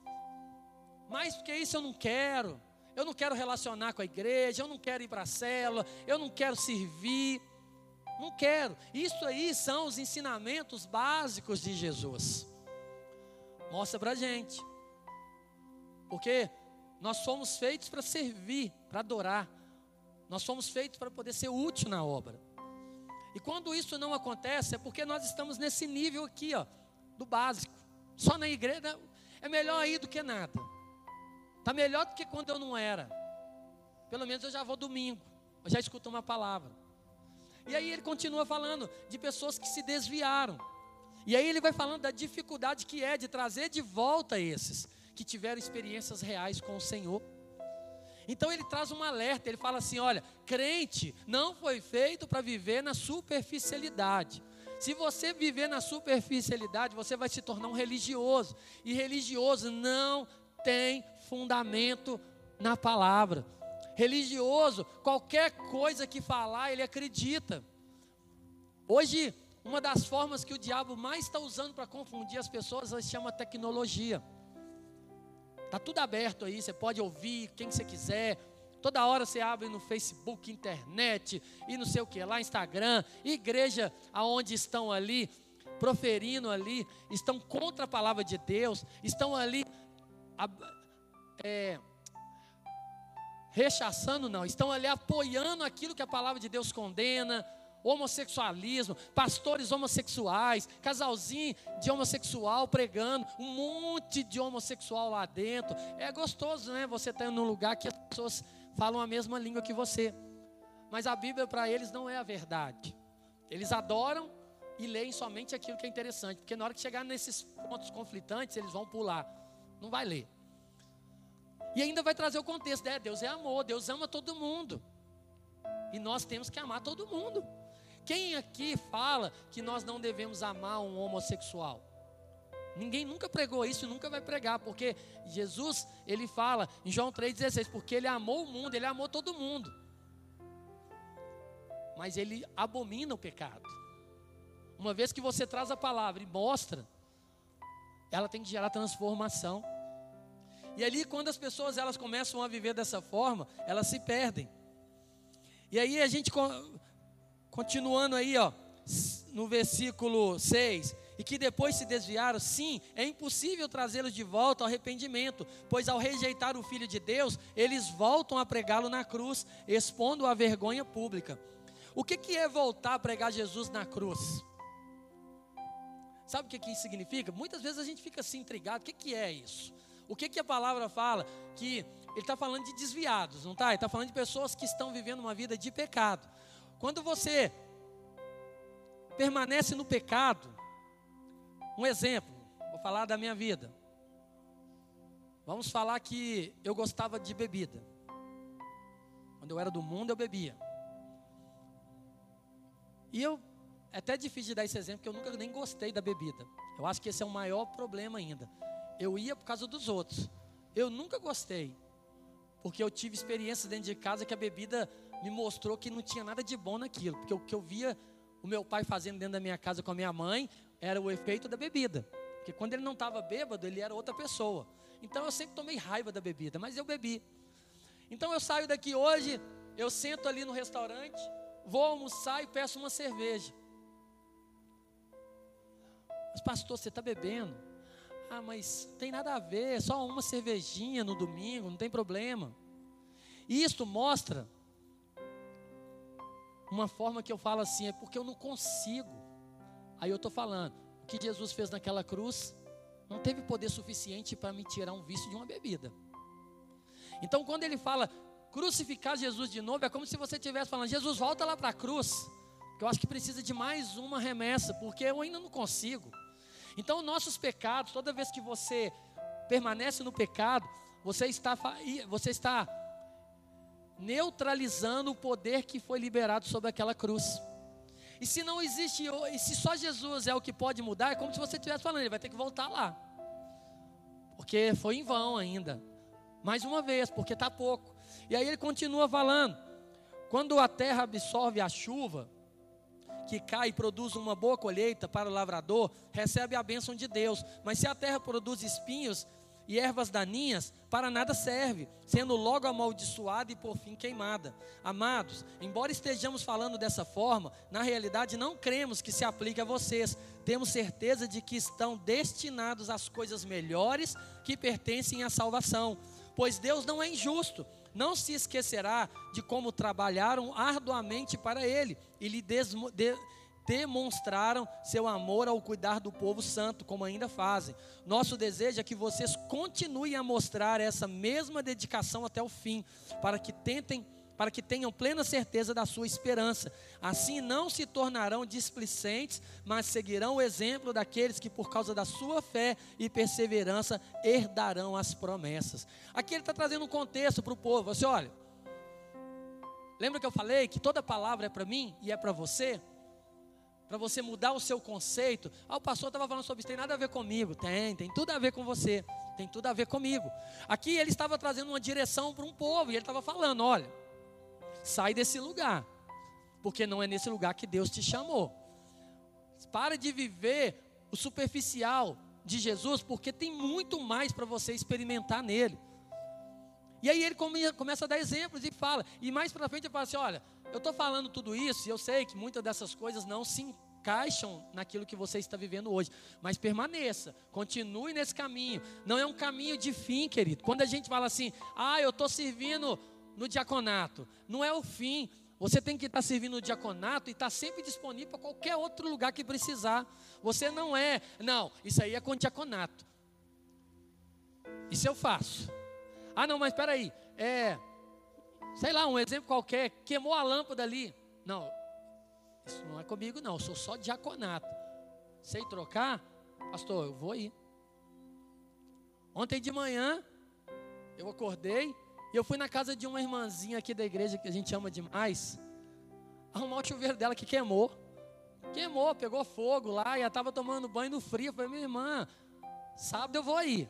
Mais do que isso eu não quero. Eu não quero relacionar com a igreja, eu não quero ir para a célula, eu não quero servir. Não quero. Isso aí são os ensinamentos básicos de Jesus. Mostra para a gente. Porque nós somos feitos para servir, para adorar. Nós fomos feitos para poder ser útil na obra. E quando isso não acontece, é porque nós estamos nesse nível aqui, ó, do básico. Só na igreja é melhor aí do que nada. Está melhor do que quando eu não era. Pelo menos eu já vou domingo, eu já escuto uma palavra. E aí ele continua falando de pessoas que se desviaram. E aí ele vai falando da dificuldade que é de trazer de volta esses que tiveram experiências reais com o Senhor. Então ele traz um alerta, ele fala assim, olha, crente não foi feito para viver na superficialidade. Se você viver na superficialidade, você vai se tornar um religioso. E religioso não tem fundamento na palavra. Religioso, qualquer coisa que falar, ele acredita. Hoje, uma das formas que o diabo mais está usando para confundir as pessoas, se chama tecnologia. Está tudo aberto aí, você pode ouvir quem você quiser. Toda hora você abre no Facebook, internet e não sei o que lá, Instagram, igreja aonde estão ali, proferindo ali, estão contra a palavra de Deus, estão ali, é, rechaçando não, estão ali apoiando aquilo que a palavra de Deus condena, homossexualismo, pastores homossexuais, casalzinho de homossexual pregando, um monte de homossexual lá dentro. É gostoso, né? Você está num lugar que as pessoas falam a mesma língua que você. Mas a Bíblia para eles não é a verdade. Eles adoram e leem somente aquilo que é interessante, porque na hora que chegar nesses pontos conflitantes, eles vão pular. Não vai ler. E ainda vai trazer o contexto, né? Deus é amor, Deus ama todo mundo. E nós temos que amar todo mundo. Quem aqui fala que nós não devemos amar um homossexual? Ninguém nunca pregou isso e nunca vai pregar, porque Jesus, ele fala em João três dezesseis, porque ele amou o mundo, ele amou todo mundo. Mas ele abomina o pecado. Uma vez que você traz a palavra e mostra, ela tem que gerar transformação. E ali quando as pessoas elas começam a viver dessa forma, elas se perdem. E aí a gente, continuando aí, ó, no versículo seis, e que depois se desviaram, sim, é impossível trazê-los de volta ao arrependimento, pois ao rejeitar o Filho de Deus, eles voltam a pregá-lo na cruz, expondo a vergonha pública. O que, que é voltar a pregar Jesus na cruz? Sabe o que, que isso significa? Muitas vezes a gente fica assim intrigado, o que, que é isso? O que, que a palavra fala? Que ele está falando de desviados, não está? Ele está falando de pessoas que estão vivendo uma vida de pecado. Quando você permanece no pecado, um exemplo, vou falar da minha vida. Vamos falar que eu gostava de bebida. Quando eu era do mundo, eu bebia. E eu, é até difícil de dar esse exemplo, porque eu nunca nem gostei da bebida. Eu acho que esse é o maior problema ainda. Eu ia por causa dos outros. Eu nunca gostei. Porque eu tive experiências dentro de casa que a bebida me mostrou que não tinha nada de bom naquilo. Porque o que eu via o meu pai fazendo dentro da minha casa com a minha mãe era o efeito da bebida. Porque quando ele não estava bêbado, ele era outra pessoa. Então eu sempre tomei raiva da bebida, mas eu bebi. Então eu saio daqui hoje, eu sento ali no restaurante, vou almoçar e peço uma cerveja. Mas pastor, você está bebendo? Ah, mas não tem nada a ver, é só uma cervejinha no domingo, não tem problema. E isso mostra uma forma que eu falo assim, é porque eu não consigo. Aí eu estou falando, o que Jesus fez naquela cruz não teve poder suficiente para me tirar um vício de uma bebida. Então quando ele fala crucificar Jesus de novo, é como se você estivesse falando, Jesus, volta lá para a cruz, que eu acho que precisa de mais uma remessa, porque eu ainda não consigo. Então nossos pecados, toda vez que você permanece no pecado, você está, você está neutralizando o poder que foi liberado sobre aquela cruz. E se não existe, e se só Jesus é o que pode mudar, é como se você estivesse falando, ele vai ter que voltar lá. Porque foi em vão ainda. Mais uma vez, porque está pouco. E aí ele continua falando, quando a terra absorve a chuva, que cai e produz uma boa colheita para o lavrador, recebe a bênção de Deus. Mas se a terra produz espinhos e ervas daninhas, para nada serve, sendo logo amaldiçoada e por fim queimada. Amados, embora estejamos falando dessa forma, na realidade não cremos que se aplique a vocês. Temos certeza de que estão destinados às coisas melhores que pertencem à salvação. Pois Deus não é injusto. não se esquecerá de como trabalharam arduamente para ele e lhe desmo, de, demonstraram seu amor ao cuidar do povo santo, como ainda fazem. Nosso desejo é que vocês continuem a mostrar essa mesma dedicação até o fim, para que tentem, para que tenham plena certeza da sua esperança. Assim não se tornarão displicentes, mas seguirão o exemplo daqueles que por causa da sua fé e perseverança herdarão as promessas. Aqui ele está trazendo um contexto para o povo, assim, olha, lembra que eu falei que toda palavra é para mim e é para você? Para você mudar o seu conceito. Ah, o pastor estava falando sobre isso, tem nada a ver comigo. Tem, tem tudo a ver com você, tem tudo a ver comigo. Aqui ele estava trazendo uma direção para um povo, e ele estava falando, olha, sai desse lugar, porque não é nesse lugar que Deus te chamou. Para de viver o superficial de Jesus, porque tem muito mais para você experimentar nele. E aí ele come, começa a dar exemplos e fala, e mais para frente ele fala assim, olha, eu estou falando tudo isso, e eu sei que muitas dessas coisas não se encaixam naquilo que você está vivendo hoje, mas permaneça, continue nesse caminho. Não é um caminho de fim, querido. Quando a gente fala assim, ah, eu estou servindo no diaconato, não é o fim. Você tem que estar servindo no diaconato e estar sempre disponível para qualquer outro lugar que precisar. Você não é, não, isso aí é com diaconato, isso eu faço. Ah não, mas espera aí, é, sei lá, um exemplo qualquer, queimou a lâmpada ali, não, isso não é comigo não, eu sou só diaconato. Sei trocar? Pastor, eu vou ir. Ontem de manhã eu acordei e eu fui na casa de uma irmãzinha aqui da igreja, que a gente ama demais, arrumar o chuveiro dela que queimou. Queimou, pegou fogo lá, e ela estava tomando banho no frio. Eu falei, minha irmã, sábado eu vou aí.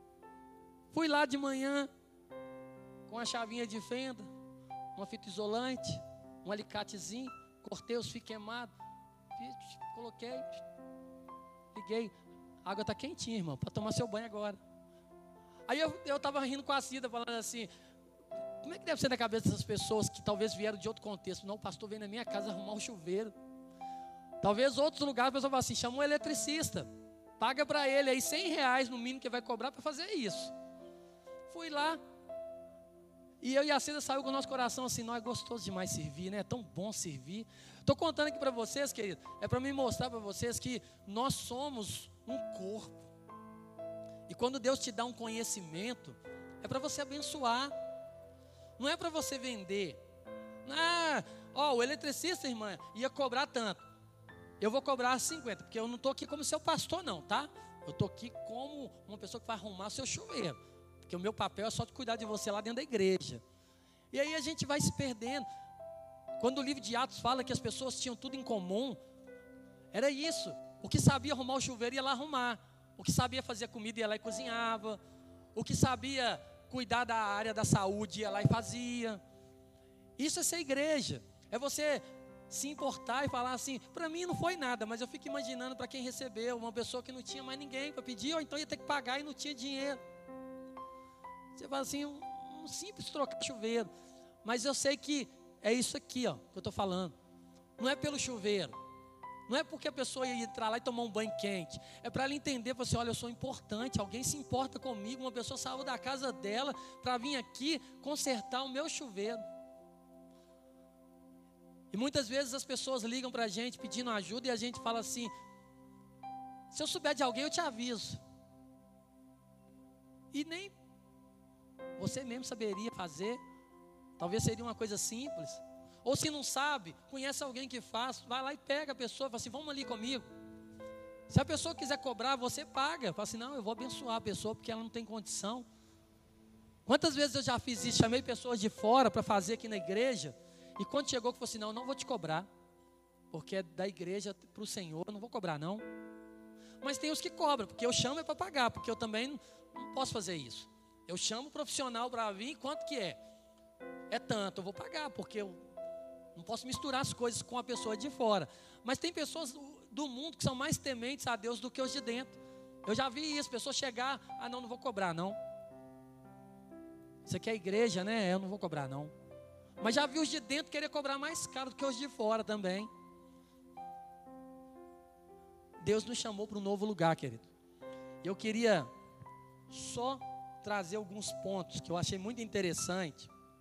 Fui lá de manhã, com a chavinha de fenda, uma fita isolante, um alicatezinho, cortei os fios queimados, coloquei, liguei. A água está quentinha, irmão, para tomar seu banho agora. Aí eu estava rindo com a Cida, falando assim, como é que deve ser na cabeça dessas pessoas que talvez vieram de outro contexto? Não, o pastor veio na minha casa arrumar um chuveiro. Talvez outros lugares a pessoa fala assim, chama um eletricista, paga para ele aí cem reais no mínimo que vai cobrar para fazer isso. Fui lá, e eu e a Cida saiu com o nosso coração assim, não, é gostoso demais servir, né? É tão bom servir. Estou contando aqui para vocês, querido, é para me mostrar para vocês que nós somos um corpo. E quando Deus te dá um conhecimento, é para você abençoar, não é para você vender. Ah, ó, o eletricista, irmã, ia cobrar tanto, eu vou cobrar cinquenta, porque eu não estou aqui como seu pastor não, tá? Eu estou aqui como uma pessoa que vai arrumar seu chuveiro, porque o meu papel é só de cuidar de você lá dentro da igreja. E aí a gente vai se perdendo. Quando o livro de Atos fala que as pessoas tinham tudo em comum, era isso. O que sabia arrumar o chuveiro ia lá arrumar, o que sabia fazer comida ia lá e cozinhava, o que sabia cuidar da área da saúde ia lá e fazia. Isso é ser igreja, é você se importar e falar assim, para mim não foi nada, mas eu fico imaginando para quem recebeu, uma pessoa que não tinha mais ninguém para pedir, ou então ia ter que pagar e não tinha dinheiro. Você fala assim, um, um simples trocar chuveiro, mas eu sei que é isso aqui, ó, que eu estou falando, não é pelo chuveiro, não é porque a pessoa ia entrar lá e tomar um banho quente, é para ela entender, você, olha, eu sou importante, alguém se importa comigo, uma pessoa saiu da casa dela para vir aqui consertar o meu chuveiro. E muitas vezes as pessoas ligam para a gente pedindo ajuda e a gente fala assim, se eu souber de alguém eu te aviso. E nem você mesmo saberia fazer, talvez seria uma coisa simples. Ou se não sabe, conhece alguém que faz, vai lá e pega a pessoa, fala assim, vamos ali comigo. Se a pessoa quiser cobrar, você paga. Fala assim, não, eu vou abençoar a pessoa porque ela não tem condição. Quantas vezes eu já fiz isso, chamei pessoas de fora para fazer aqui na igreja, e quando chegou, que falou assim, não, eu não vou te cobrar, porque é da igreja para o Senhor, eu não vou cobrar não. Mas tem os que cobram, porque eu chamo é para pagar, porque eu também não, não posso fazer isso. Eu chamo o profissional para vir, quanto que é? É tanto, eu vou pagar, porque eu não posso misturar as coisas com a pessoa de fora. Mas tem pessoas do mundo que são mais tementes a Deus do que os de dentro. Eu já vi isso, pessoas chegar, ah não, não vou cobrar não. Isso aqui é igreja, né? Eu não vou cobrar não. Mas já vi os de dentro querer cobrar mais caro do que os de fora também. Deus nos chamou para um novo lugar, querido. Eu queria só trazer alguns pontos que eu achei muito interessante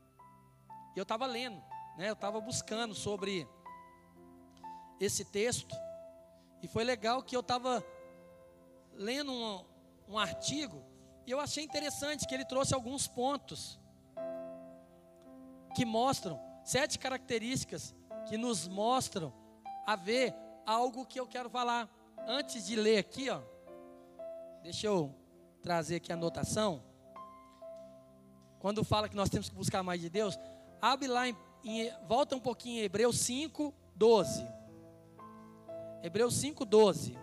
E eu estava lendo, né? Eu estava buscando sobre esse texto. E foi legal que eu estava lendo um, um artigo. E eu achei interessante que ele trouxe alguns pontos que mostram, sete características que nos mostram a ver algo que eu quero falar. Antes de ler aqui, ó, deixa eu trazer aqui a anotação. Quando fala que nós temos que buscar mais de Deus, abre lá, em, em, volta um pouquinho em Hebreus cinco, doze. Hebreus cinco, doze.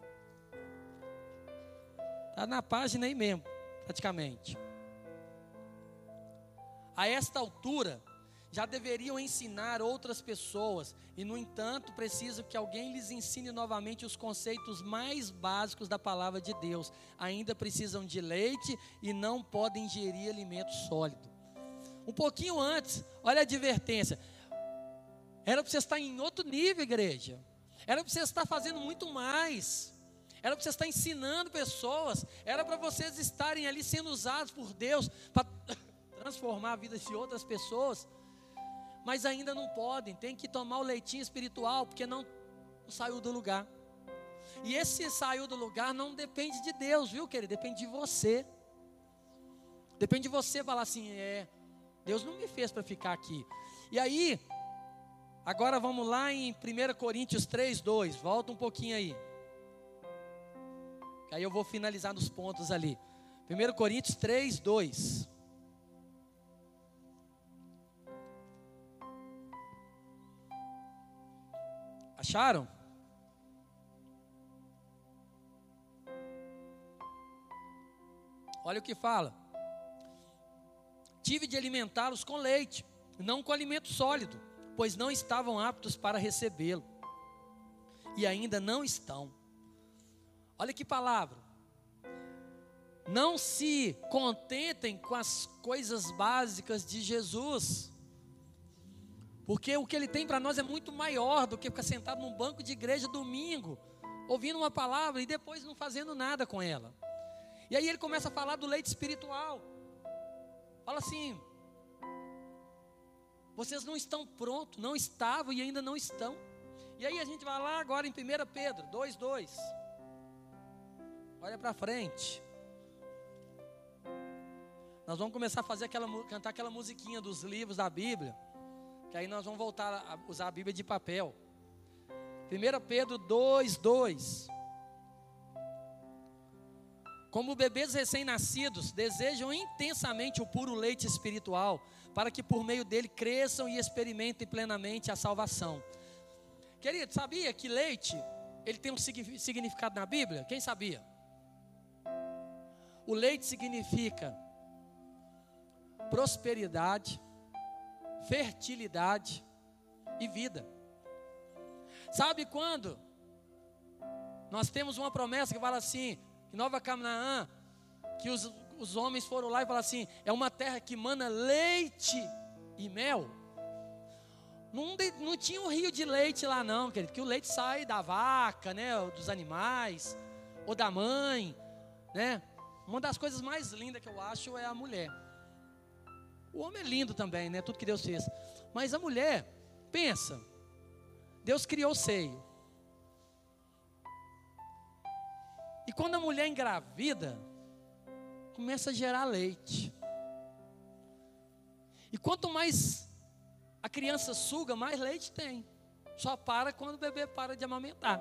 Está na página aí mesmo, praticamente. A esta altura, já deveriam ensinar outras pessoas, e no entanto, precisam que alguém lhes ensine novamente os conceitos mais básicos da palavra de Deus. Ainda precisam de leite e não podem ingerir alimento sólido. Um pouquinho antes, olha a advertência. Era para você estar em outro nível, igreja. Era para você estar fazendo muito mais. Era para você estar ensinando pessoas. Era para vocês estarem ali sendo usados por Deus para transformar a vida de outras pessoas. Mas ainda não podem, tem que tomar o leitinho espiritual, porque não, não saiu do lugar. E esse saiu do lugar não depende de Deus, viu, querido? Depende de você. Depende de você falar assim, é, Deus não me fez para ficar aqui. E aí, agora vamos lá em primeira Coríntios três, dois, volta um pouquinho aí. Que aí eu vou finalizar nos pontos ali. primeira Coríntios três, dois. Acharam? Olha o que fala. Tive de alimentá-los com leite, não com alimento sólido, pois não estavam aptos para recebê-lo. E ainda não estão. Olha que palavra. Não se contentem com as coisas básicas de Jesus. Porque o que Ele tem para nós é muito maior do que ficar sentado num banco de igreja domingo, ouvindo uma palavra e depois não fazendo nada com ela. E aí Ele começa a falar do leite espiritual. Fala assim, vocês não estão prontos, não estavam e ainda não estão. E aí a gente vai lá agora em primeira Pedro dois, dois. Olha para frente. Nós vamos começar a fazer aquela, cantar aquela musiquinha dos livros da Bíblia. Que aí nós vamos voltar a usar a Bíblia de papel. primeira Pedro dois, dois. Como bebês recém-nascidos, desejam intensamente o puro leite espiritual, para que por meio dele cresçam e experimentem plenamente a salvação. Querido, sabia que leite, ele tem um significado na Bíblia? Quem sabia? O leite significa prosperidade, fertilidade e vida. Sabe quando nós temos uma promessa que fala assim, que Nova Canaã, que os, os homens foram lá e falaram assim, é uma terra que mana leite e mel. Não, de, não tinha um rio de leite lá não, querido, que o leite sai da vaca, né, dos animais, ou da mãe, né? Uma das coisas mais lindas que eu acho é a mulher. O homem é lindo também, né? Tudo que Deus fez. Mas a mulher, pensa, Deus criou o seio. E quando a mulher engravida, começa a gerar leite. E quanto mais a criança suga, mais leite tem. Só para quando o bebê para de amamentar.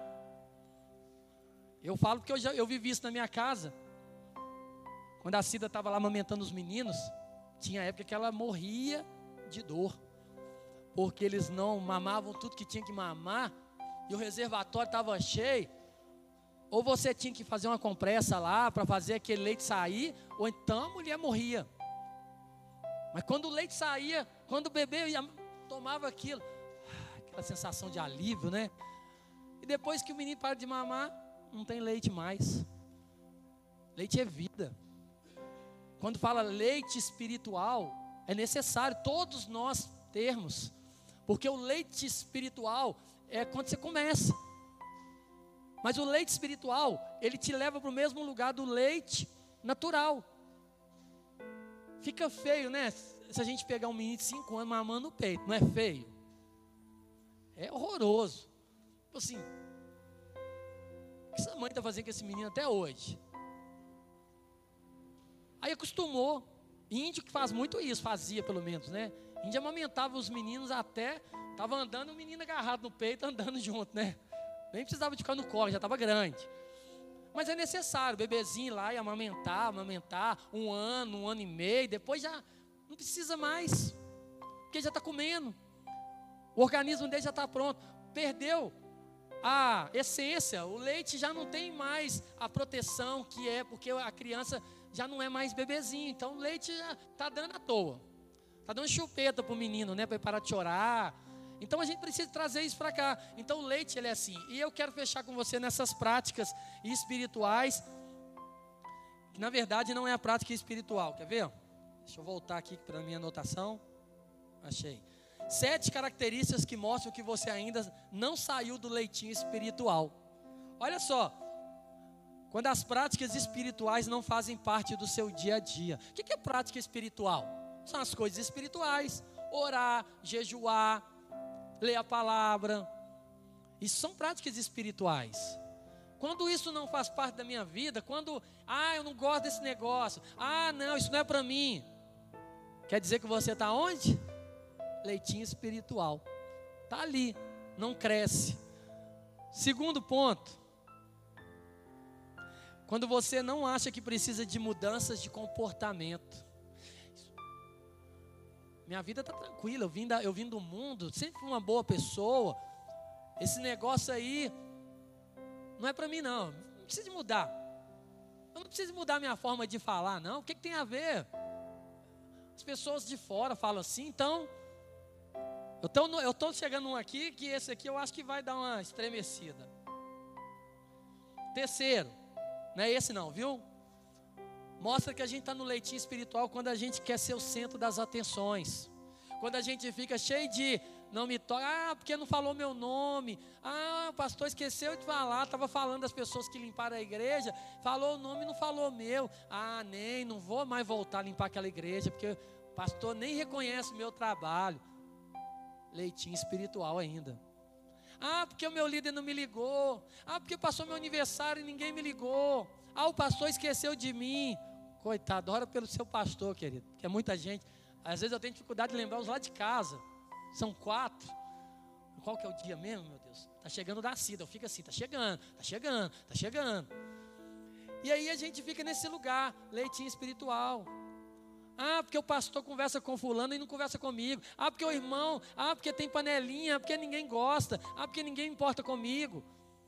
Eu falo porque eu, já, eu vivi isso na minha casa. Quando a Cida estava lá amamentando os meninos, tinha época que ela morria de dor, porque eles não mamavam tudo que tinha que mamar, e o reservatório estava cheio. Ou você tinha que fazer uma compressa lá, para fazer aquele leite sair, ou então a mulher morria. Mas quando o leite saía, quando o bebê ia, tomava aquilo, aquela sensação de alívio, né? E depois que o menino para de mamar, não tem leite mais. Leite é vida. Quando fala leite espiritual, é necessário todos nós termos, porque o leite espiritual é quando você começa. Mas o leite espiritual, ele te leva para o mesmo lugar do leite natural. Fica feio, né? Se a gente pegar um menino de cinco anos mamando no peito, não é feio? É horroroso. Tipo assim, o que essa mãe está fazendo com esse menino até hoje? Aí acostumou. Índio que faz muito isso, fazia pelo menos, né? Índio amamentava os meninos até, estava andando, o menino agarrado no peito, andando junto, né? Nem precisava de ficar no colo, já estava grande. Mas é necessário, o bebezinho lá e amamentar, amamentar, um ano, um ano e meio, depois já não precisa mais, porque já está comendo. O organismo dele já está pronto. Perdeu a essência, o leite já não tem mais a proteção que é, porque a criança já não é mais bebezinho, então o leite já está dando à toa. Está dando chupeta para o menino, né, para ele parar de chorar. Então a gente precisa trazer isso para cá. Então o leite, ele é assim. E eu quero fechar com você nessas práticas espirituais, que na verdade não é a prática espiritual. Quer ver? Deixa eu voltar aqui para a minha anotação. Achei. Sete características que mostram que você ainda não saiu do leitinho espiritual. Olha só. Quando as práticas espirituais não fazem parte do seu dia a dia. O que é prática espiritual? São as coisas espirituais. Orar, jejuar, ler a palavra. Isso são práticas espirituais. Quando isso não faz parte da minha vida, quando, ah, eu não gosto desse negócio, ah, não, isso não é para mim. Quer dizer que você está onde? Leitinho espiritual. Está ali, não cresce. Segundo ponto. Quando você não acha que precisa de mudanças de comportamento. Minha vida está tranquila, eu vim, da, eu vim do mundo, sempre fui uma boa pessoa. Esse negócio aí não é para mim não, não precisa de mudar. Eu não preciso mudar minha forma de falar não, o que, que tem a ver? As pessoas de fora falam assim, então... Eu estou chegando um aqui, que esse aqui eu acho que vai dar uma estremecida. Terceiro, não é esse não, viu? Mostra que a gente está no leitinho espiritual quando a gente quer ser o centro das atenções. Quando a gente fica cheio de, não me toca, ah, porque não falou meu nome. Ah, o pastor esqueceu de falar, estava falando das pessoas que limparam a igreja, falou o nome e não falou meu. Ah, nem, não vou mais voltar a limpar aquela igreja, porque o pastor nem reconhece o meu trabalho. Leitinho espiritual ainda. Ah, porque o meu líder não me ligou. Ah, porque passou meu aniversário e ninguém me ligou. Ah, o pastor esqueceu de mim. Coitado, ora pelo seu pastor, querido. Porque é muita gente. Às vezes eu tenho dificuldade de lembrar os lá de casa. São quatro. Qual que é o dia mesmo, meu Deus? Está chegando da Cida. Eu fico assim, está chegando, está chegando, está chegando. E aí a gente fica nesse lugar, leitinho espiritual. Ah, porque o pastor conversa com fulano e não conversa comigo. Ah, porque o irmão, ah, porque tem panelinha, ah, porque ninguém gosta, ah, porque ninguém importa comigo.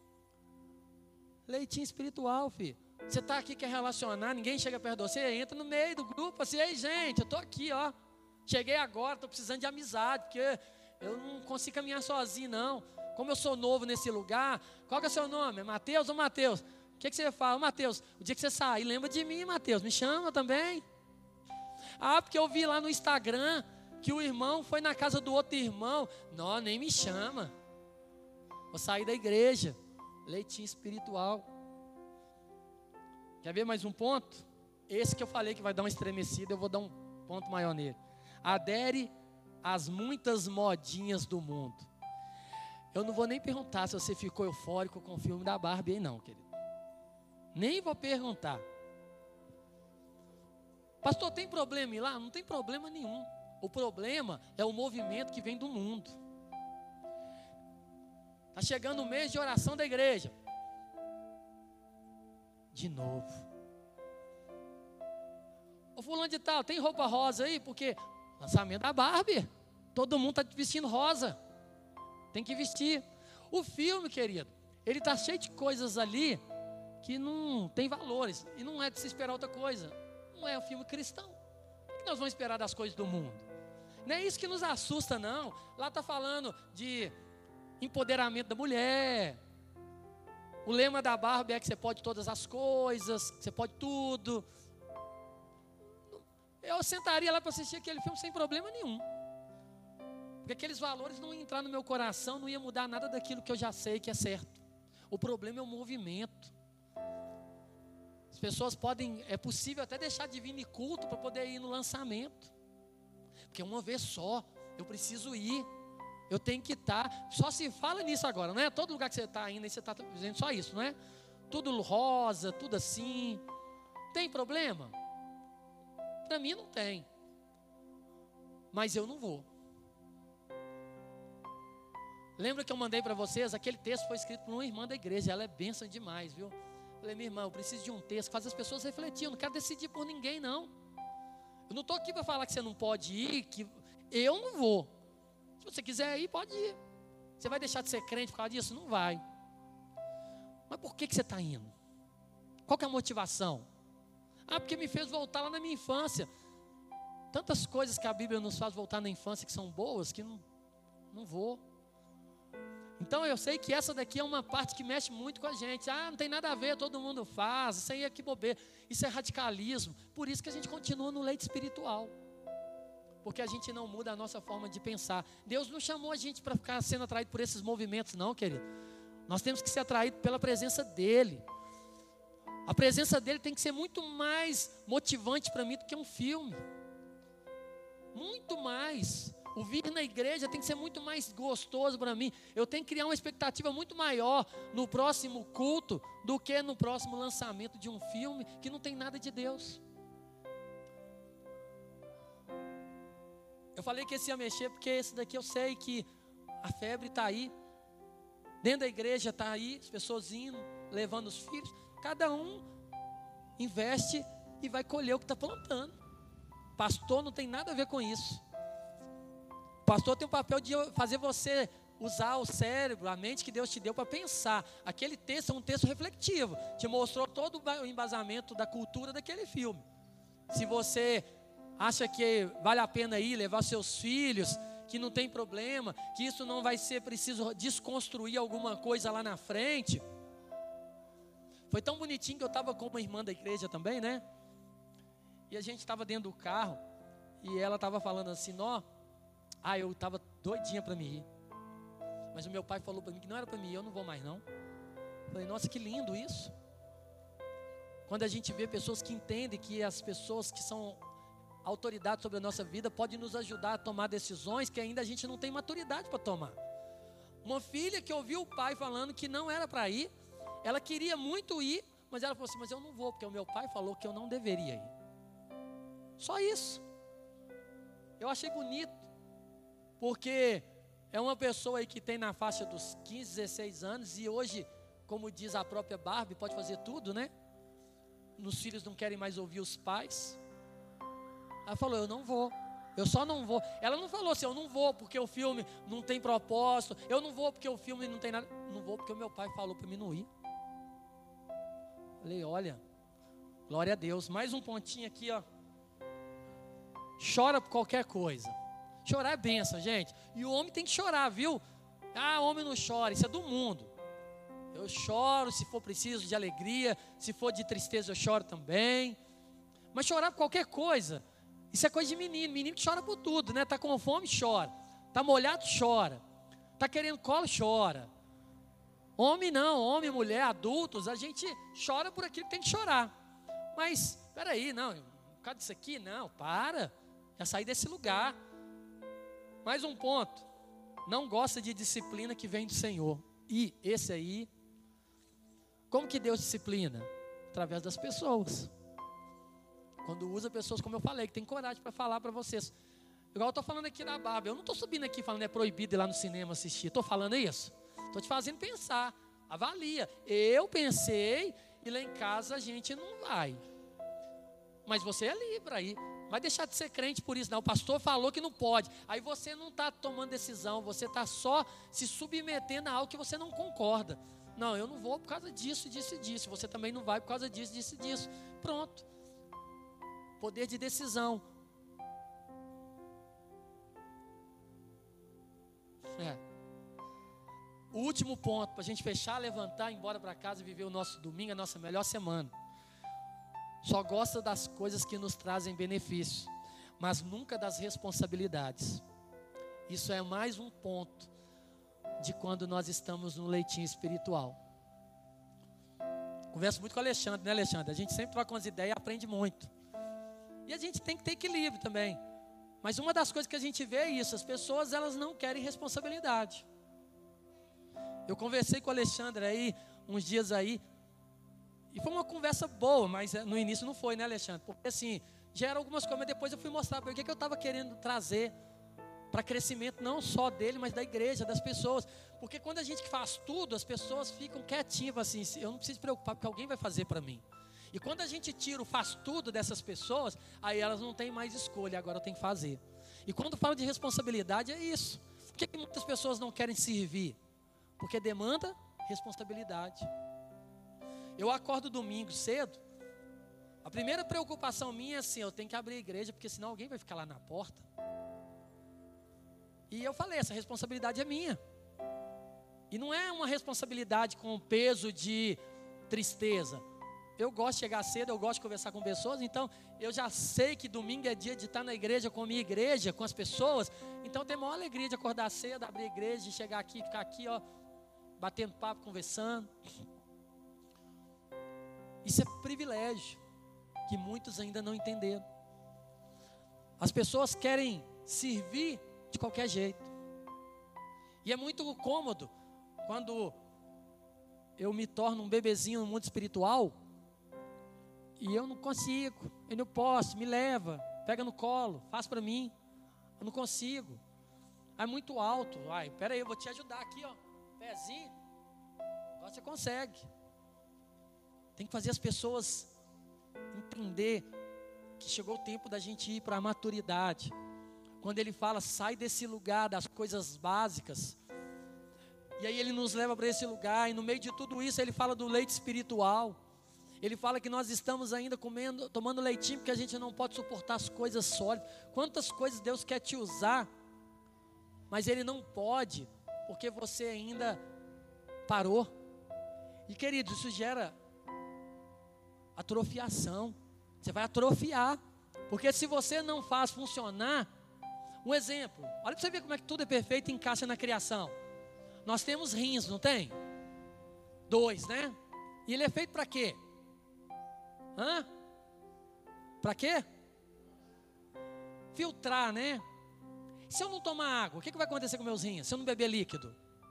Leitinho espiritual, filho. Você está aqui, quer relacionar, ninguém chega perto de você, entra no meio do grupo, assim, ei gente, eu estou aqui, ó. Cheguei agora, estou precisando de amizade, porque eu não consigo caminhar sozinho, não. Como eu sou novo nesse lugar, qual que é o seu nome? É Mateus ou Mateus? O que, que você fala? Mateus, o dia que você sair, lembra de mim, Mateus, me chama também. Ah, porque eu vi lá no Instagram que o irmão foi na casa do outro irmão. Não, nem me chama. Vou sair da igreja. Leitinho espiritual. Quer ver mais um ponto? Esse que eu falei que vai dar uma estremecida, eu vou dar um ponto maior nele. Adere às muitas modinhas do mundo. Eu não vou nem perguntar se você ficou eufórico com o filme da Barbie aí não, querido. Nem vou perguntar. Pastor, tem problema ir lá? Não tem problema nenhum. O problema é o movimento que vem do mundo. Está chegando o mês de oração da igreja. De novo. Ô fulano de tal, tem roupa rosa aí? Porque lançamento da Barbie. Todo mundo está vestindo rosa. Tem que vestir. O filme, querido, ele está cheio de coisas ali que não tem valores. E não é de se esperar outra coisa. Não é um filme cristão. O que nós vamos esperar das coisas do mundo? Não é isso que nos assusta, não. Lá está falando de empoderamento da mulher. O lema da Barbie é que você pode todas as coisas, que você pode tudo. Eu sentaria lá para assistir aquele filme sem problema nenhum. Porque aqueles valores não iam entrar no meu coração, não ia mudar nada daquilo que eu já sei que é certo. O problema é o movimento. As pessoas podem, é possível até deixar de vir em culto para poder ir no lançamento. Porque uma vez só, eu preciso ir. Eu tenho que estar. Só se fala nisso agora, não é? Todo lugar que você está indo, você está dizendo só isso, não é? Tudo rosa, tudo assim. Tem problema? Para mim não tem. Mas eu não vou. Lembra que eu mandei para vocês? Aquele texto foi escrito por uma irmã da igreja. Ela é bênção demais, viu? Falei, minha irmã, eu preciso de um texto que faz as pessoas refletir. Eu não quero decidir por ninguém, não. Eu não estou aqui para falar que você não pode ir, que eu não vou. Se você quiser ir, pode ir. Você vai deixar de ser crente por causa disso? Não vai. Mas por que, que você está indo? Qual que é a motivação? Ah, porque me fez voltar lá na minha infância. Tantas coisas que a Bíblia nos faz voltar na infância que são boas, que não, não vou. Então eu sei que essa daqui é uma parte que mexe muito com a gente. Ah, não tem nada a ver, todo mundo faz. Isso aí é que bobeira. Isso é radicalismo. Por isso que a gente continua no leite espiritual. Porque a gente não muda a nossa forma de pensar. Deus não chamou a gente para ficar sendo atraído por esses movimentos, não, querido. Nós temos que ser atraídos pela presença dEle. A presença dEle tem que ser muito mais motivante para mim do que um filme. Muito mais. O vir na igreja tem que ser muito mais gostoso para mim. Eu tenho que criar uma expectativa muito maior no próximo culto do que no próximo lançamento de um filme que não tem nada de Deus. Eu falei que esse ia mexer porque esse daqui eu sei que a febre está aí. Dentro da igreja está aí, as pessoas indo, levando os filhos. Cada um investe e vai colher o que está plantando. Pastor não tem nada a ver com isso. Pastor tem o papel de fazer você usar o cérebro, a mente que Deus te deu para pensar. Aquele texto é um texto refletivo. Te mostrou todo o embasamento da cultura daquele filme. Se você acha que vale a pena ir levar seus filhos, que não tem problema, que isso não vai ser preciso desconstruir alguma coisa lá na frente. Foi tão bonitinho que eu estava com uma irmã da igreja também, né? E a gente estava dentro do carro e ela estava falando assim, ó. Ah, eu estava doidinha para me ir. Mas o meu pai falou para mim que não era para mim ir, eu não vou mais não. Falei, nossa, que lindo isso. Quando a gente vê pessoas que entendem que as pessoas que são autoridade sobre a nossa vida pode nos ajudar a tomar decisões que ainda a gente não tem maturidade para tomar. Uma filha que ouviu o pai falando que não era para ir, ela queria muito ir, mas ela falou assim, mas eu não vou, porque o meu pai falou que eu não deveria ir. Só isso. Eu achei bonito, porque é uma pessoa aí que tem na faixa dos quinze, dezesseis anos e hoje, como diz a própria Barbie, pode fazer tudo, né? Os filhos não querem mais ouvir os pais. Ela falou, eu não vou, eu só não vou. Ela não falou assim, eu não vou porque o filme não tem propósito. Eu não vou porque o filme não tem nada. Não vou porque o meu pai falou para mim não ir. Falei, olha, glória a Deus. Mais um pontinho aqui, ó. Chora por qualquer coisa. Chorar é bênção, gente. E o homem tem que chorar, viu? Ah, homem não chora, isso é do mundo. Eu choro se for preciso de alegria, se for de tristeza eu choro também. Mas chorar por qualquer coisa, isso é coisa de menino. Menino que chora por tudo, né? Tá com fome, chora. Tá molhado, chora. Tá querendo colo, chora. Homem não, homem, mulher, adultos, a gente chora por aquilo que tem que chorar. Mas, peraí, não, por causa disso aqui, não, para. Já saí desse lugar. Mais um ponto. Não gosta de disciplina que vem do Senhor. E esse aí, como que Deus disciplina? Através das pessoas. Quando usa pessoas, como eu falei, que tem coragem para falar para vocês. Igual eu estou falando aqui da Barbie. Eu não estou subindo aqui falando que é proibido ir lá no cinema assistir. Estou falando isso? Estou te fazendo pensar. Avalia. Eu pensei e lá em casa a gente não vai. Mas você é livre aí. Vai deixar de ser crente por isso, não. O pastor falou que não pode. Aí você não está tomando decisão. Você está só se submetendo a algo que você não concorda. Não, eu não vou por causa disso, disso e disso. Você também não vai por causa disso, disso e disso. Pronto. Poder de decisão. É. O último ponto, para a gente fechar, levantar, ir embora para casa e viver o nosso domingo, a nossa melhor semana. Só gosta das coisas que nos trazem benefício, mas nunca das responsabilidades. Isso é mais um ponto de quando nós estamos no leitinho espiritual. Converso muito com o Alexandre, né, Alexandre? A gente sempre troca umas ideias e aprende muito. E a gente tem que ter equilíbrio também. Mas uma das coisas que a gente vê é isso, as pessoas elas não querem responsabilidade. Eu conversei com o Alexandre aí, uns dias aí, e foi uma conversa boa, mas no início não foi, né, Alexandre? Porque assim, já eram algumas coisas, mas depois eu fui mostrar para ele o que, que eu estava querendo trazer para crescimento não só dele, mas da igreja, das pessoas. Porque quando a gente faz tudo, as pessoas ficam quietinhas, assim, eu não preciso me preocupar, porque alguém vai fazer para mim. E quando a gente tira o faz tudo dessas pessoas, aí elas não têm mais escolha, agora eu tenho que fazer. E quando falo de responsabilidade, é isso. Por que, que muitas pessoas não querem servir? Porque demanda responsabilidade. Eu acordo domingo cedo, a primeira preocupação minha é assim, eu tenho que abrir a igreja, porque senão alguém vai ficar lá na porta. E eu falei, essa responsabilidade é minha. E não é uma responsabilidade com peso de tristeza. Eu gosto de chegar cedo, eu gosto de conversar com pessoas, então eu já sei que domingo é dia de estar na igreja com a minha igreja, com as pessoas. Então eu tenho a maior alegria de acordar cedo, abrir a igreja, de chegar aqui, ficar aqui, ó, batendo papo, conversando. Isso é privilégio que muitos ainda não entenderam. As pessoas querem servir de qualquer jeito. E é muito cômodo quando eu me torno um bebezinho no mundo espiritual e eu não consigo, eu não posso, me leva, pega no colo, faz para mim. Eu não consigo. É muito alto. Ai, pera aí, eu vou te ajudar aqui, ó. Pezinho. Agora você consegue. Tem que fazer as pessoas entender que chegou o tempo da gente ir para a maturidade. Quando ele fala, sai desse lugar das coisas básicas. E aí ele nos leva para esse lugar. E no meio de tudo isso ele fala do leite espiritual. Ele fala que nós estamos ainda comendo, tomando leitinho porque a gente não pode suportar as coisas sólidas. Quantas coisas Deus quer te usar, mas Ele não pode, porque você ainda parou. E querido, isso gera atrofiação. Você vai atrofiar, porque se você não faz funcionar, um exemplo, olha para você ver como é que tudo é perfeito e encaixa na criação. Nós temos rins, não tem? Dois, né? E ele é feito para quê? Hã? Para quê? Filtrar, né? Se eu não tomar água, o que, que vai acontecer com meus rins? Se eu não beber líquido?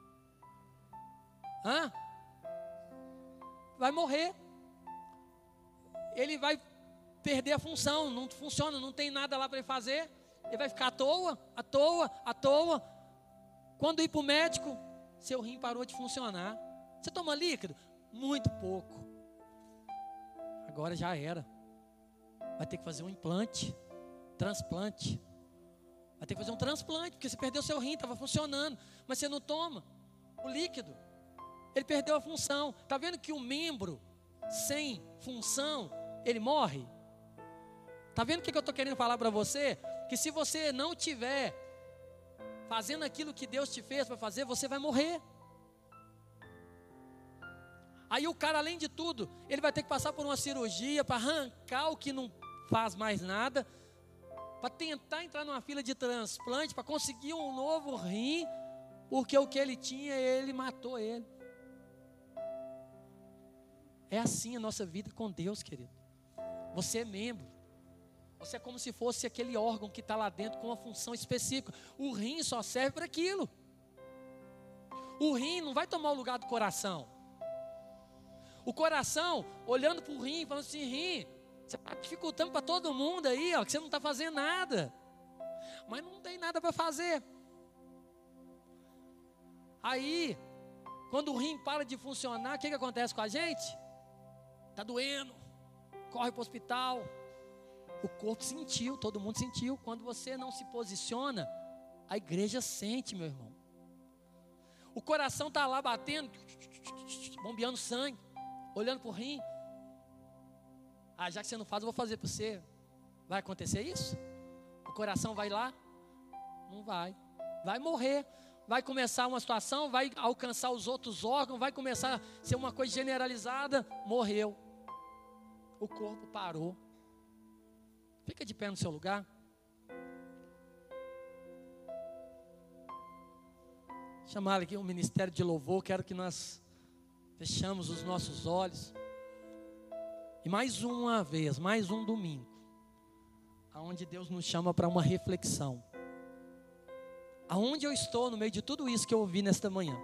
Hã? Vai morrer. Ele vai perder a função, não funciona, não tem nada lá para ele fazer. Ele vai ficar à toa, à toa, à toa. Quando ir para o médico, seu rim parou de funcionar. Você toma líquido? Muito pouco. Agora já era. Vai ter que fazer um implante, transplante. Vai ter que fazer um transplante, porque você perdeu seu rim, estava funcionando, mas você não toma o líquido. Ele perdeu a função. Está vendo que o membro sem função, ele morre? Está vendo o que, que eu estou querendo falar para você? Que se você não tiver fazendo aquilo que Deus te fez para fazer, você vai morrer. Aí o cara, além de tudo, ele vai ter que passar por uma cirurgia para arrancar o que não faz mais nada, para tentar entrar numa fila de transplante, para conseguir um novo rim, porque o que ele tinha, ele matou ele. É assim a nossa vida com Deus, querido. Você é membro. Você é como se fosse aquele órgão que está lá dentro com uma função específica. O rim só serve para aquilo. O rim não vai tomar o lugar do coração. O coração, olhando para o rim, falando assim, rim, você está dificultando para todo mundo aí, ó, que você não está fazendo nada. Mas não tem nada para fazer. Aí, quando o rim para de funcionar, o que, que acontece com a gente? Está doendo, corre para o hospital. O corpo sentiu, todo mundo sentiu. Quando você não se posiciona, a igreja sente, meu irmão. O coração está lá batendo, bombeando sangue, olhando para o rim. Ah, já que você não faz, eu vou fazer para você. Vai acontecer isso? O coração vai lá? Não vai. Vai morrer. Vai começar uma situação, vai alcançar os outros órgãos, vai começar a ser uma coisa generalizada. Morreu. O corpo parou. Fica de pé no seu lugar. Chamar aqui um ministério de louvor. Quero que nós fechamos os nossos olhos. E mais uma vez, mais um domingo, aonde Deus nos chama para uma reflexão. Aonde eu estou no meio de tudo isso que eu ouvi nesta manhã?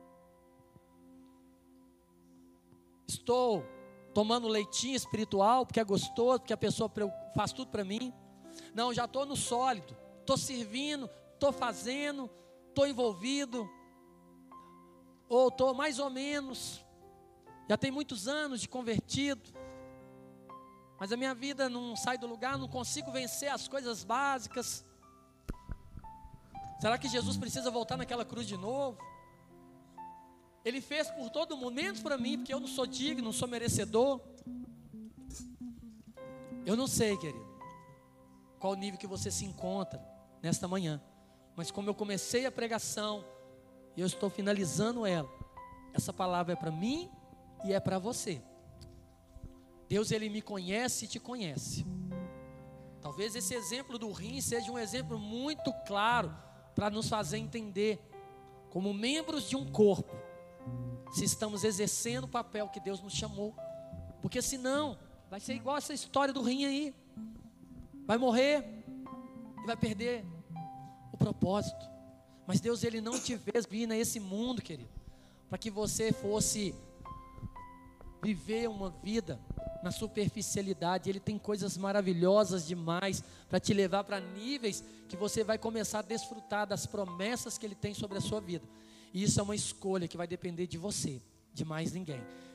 Estou tomando leitinho espiritual, porque é gostoso, porque a pessoa faz tudo para mim? Não, já estou no sólido, estou servindo, estou fazendo, estou envolvido, ou estou mais ou menos, já tem muitos anos de convertido, mas a minha vida não sai do lugar, não consigo vencer as coisas básicas. Será que Jesus precisa voltar naquela cruz de novo? Ele fez por todo mundo, menos para mim, porque eu não sou digno, não sou merecedor. Eu não sei, querido, qual o nível que você se encontra nesta manhã, mas como eu comecei a pregação e eu estou finalizando ela, essa palavra é para mim e é para você. Deus, Ele me conhece e te conhece. Talvez esse exemplo do rim seja um exemplo muito claro para nos fazer entender, como membros de um corpo, se estamos exercendo o papel que Deus nos chamou. Porque senão vai ser igual essa história do rim aí, vai morrer e vai perder o propósito. Mas Deus, Ele não te fez vir nesse mundo, querido, para que você fosse viver uma vida na superficialidade. Ele tem coisas maravilhosas demais para te levar para níveis que você vai começar a desfrutar das promessas que Ele tem sobre a sua vida. E isso é uma escolha que vai depender de você, de mais ninguém.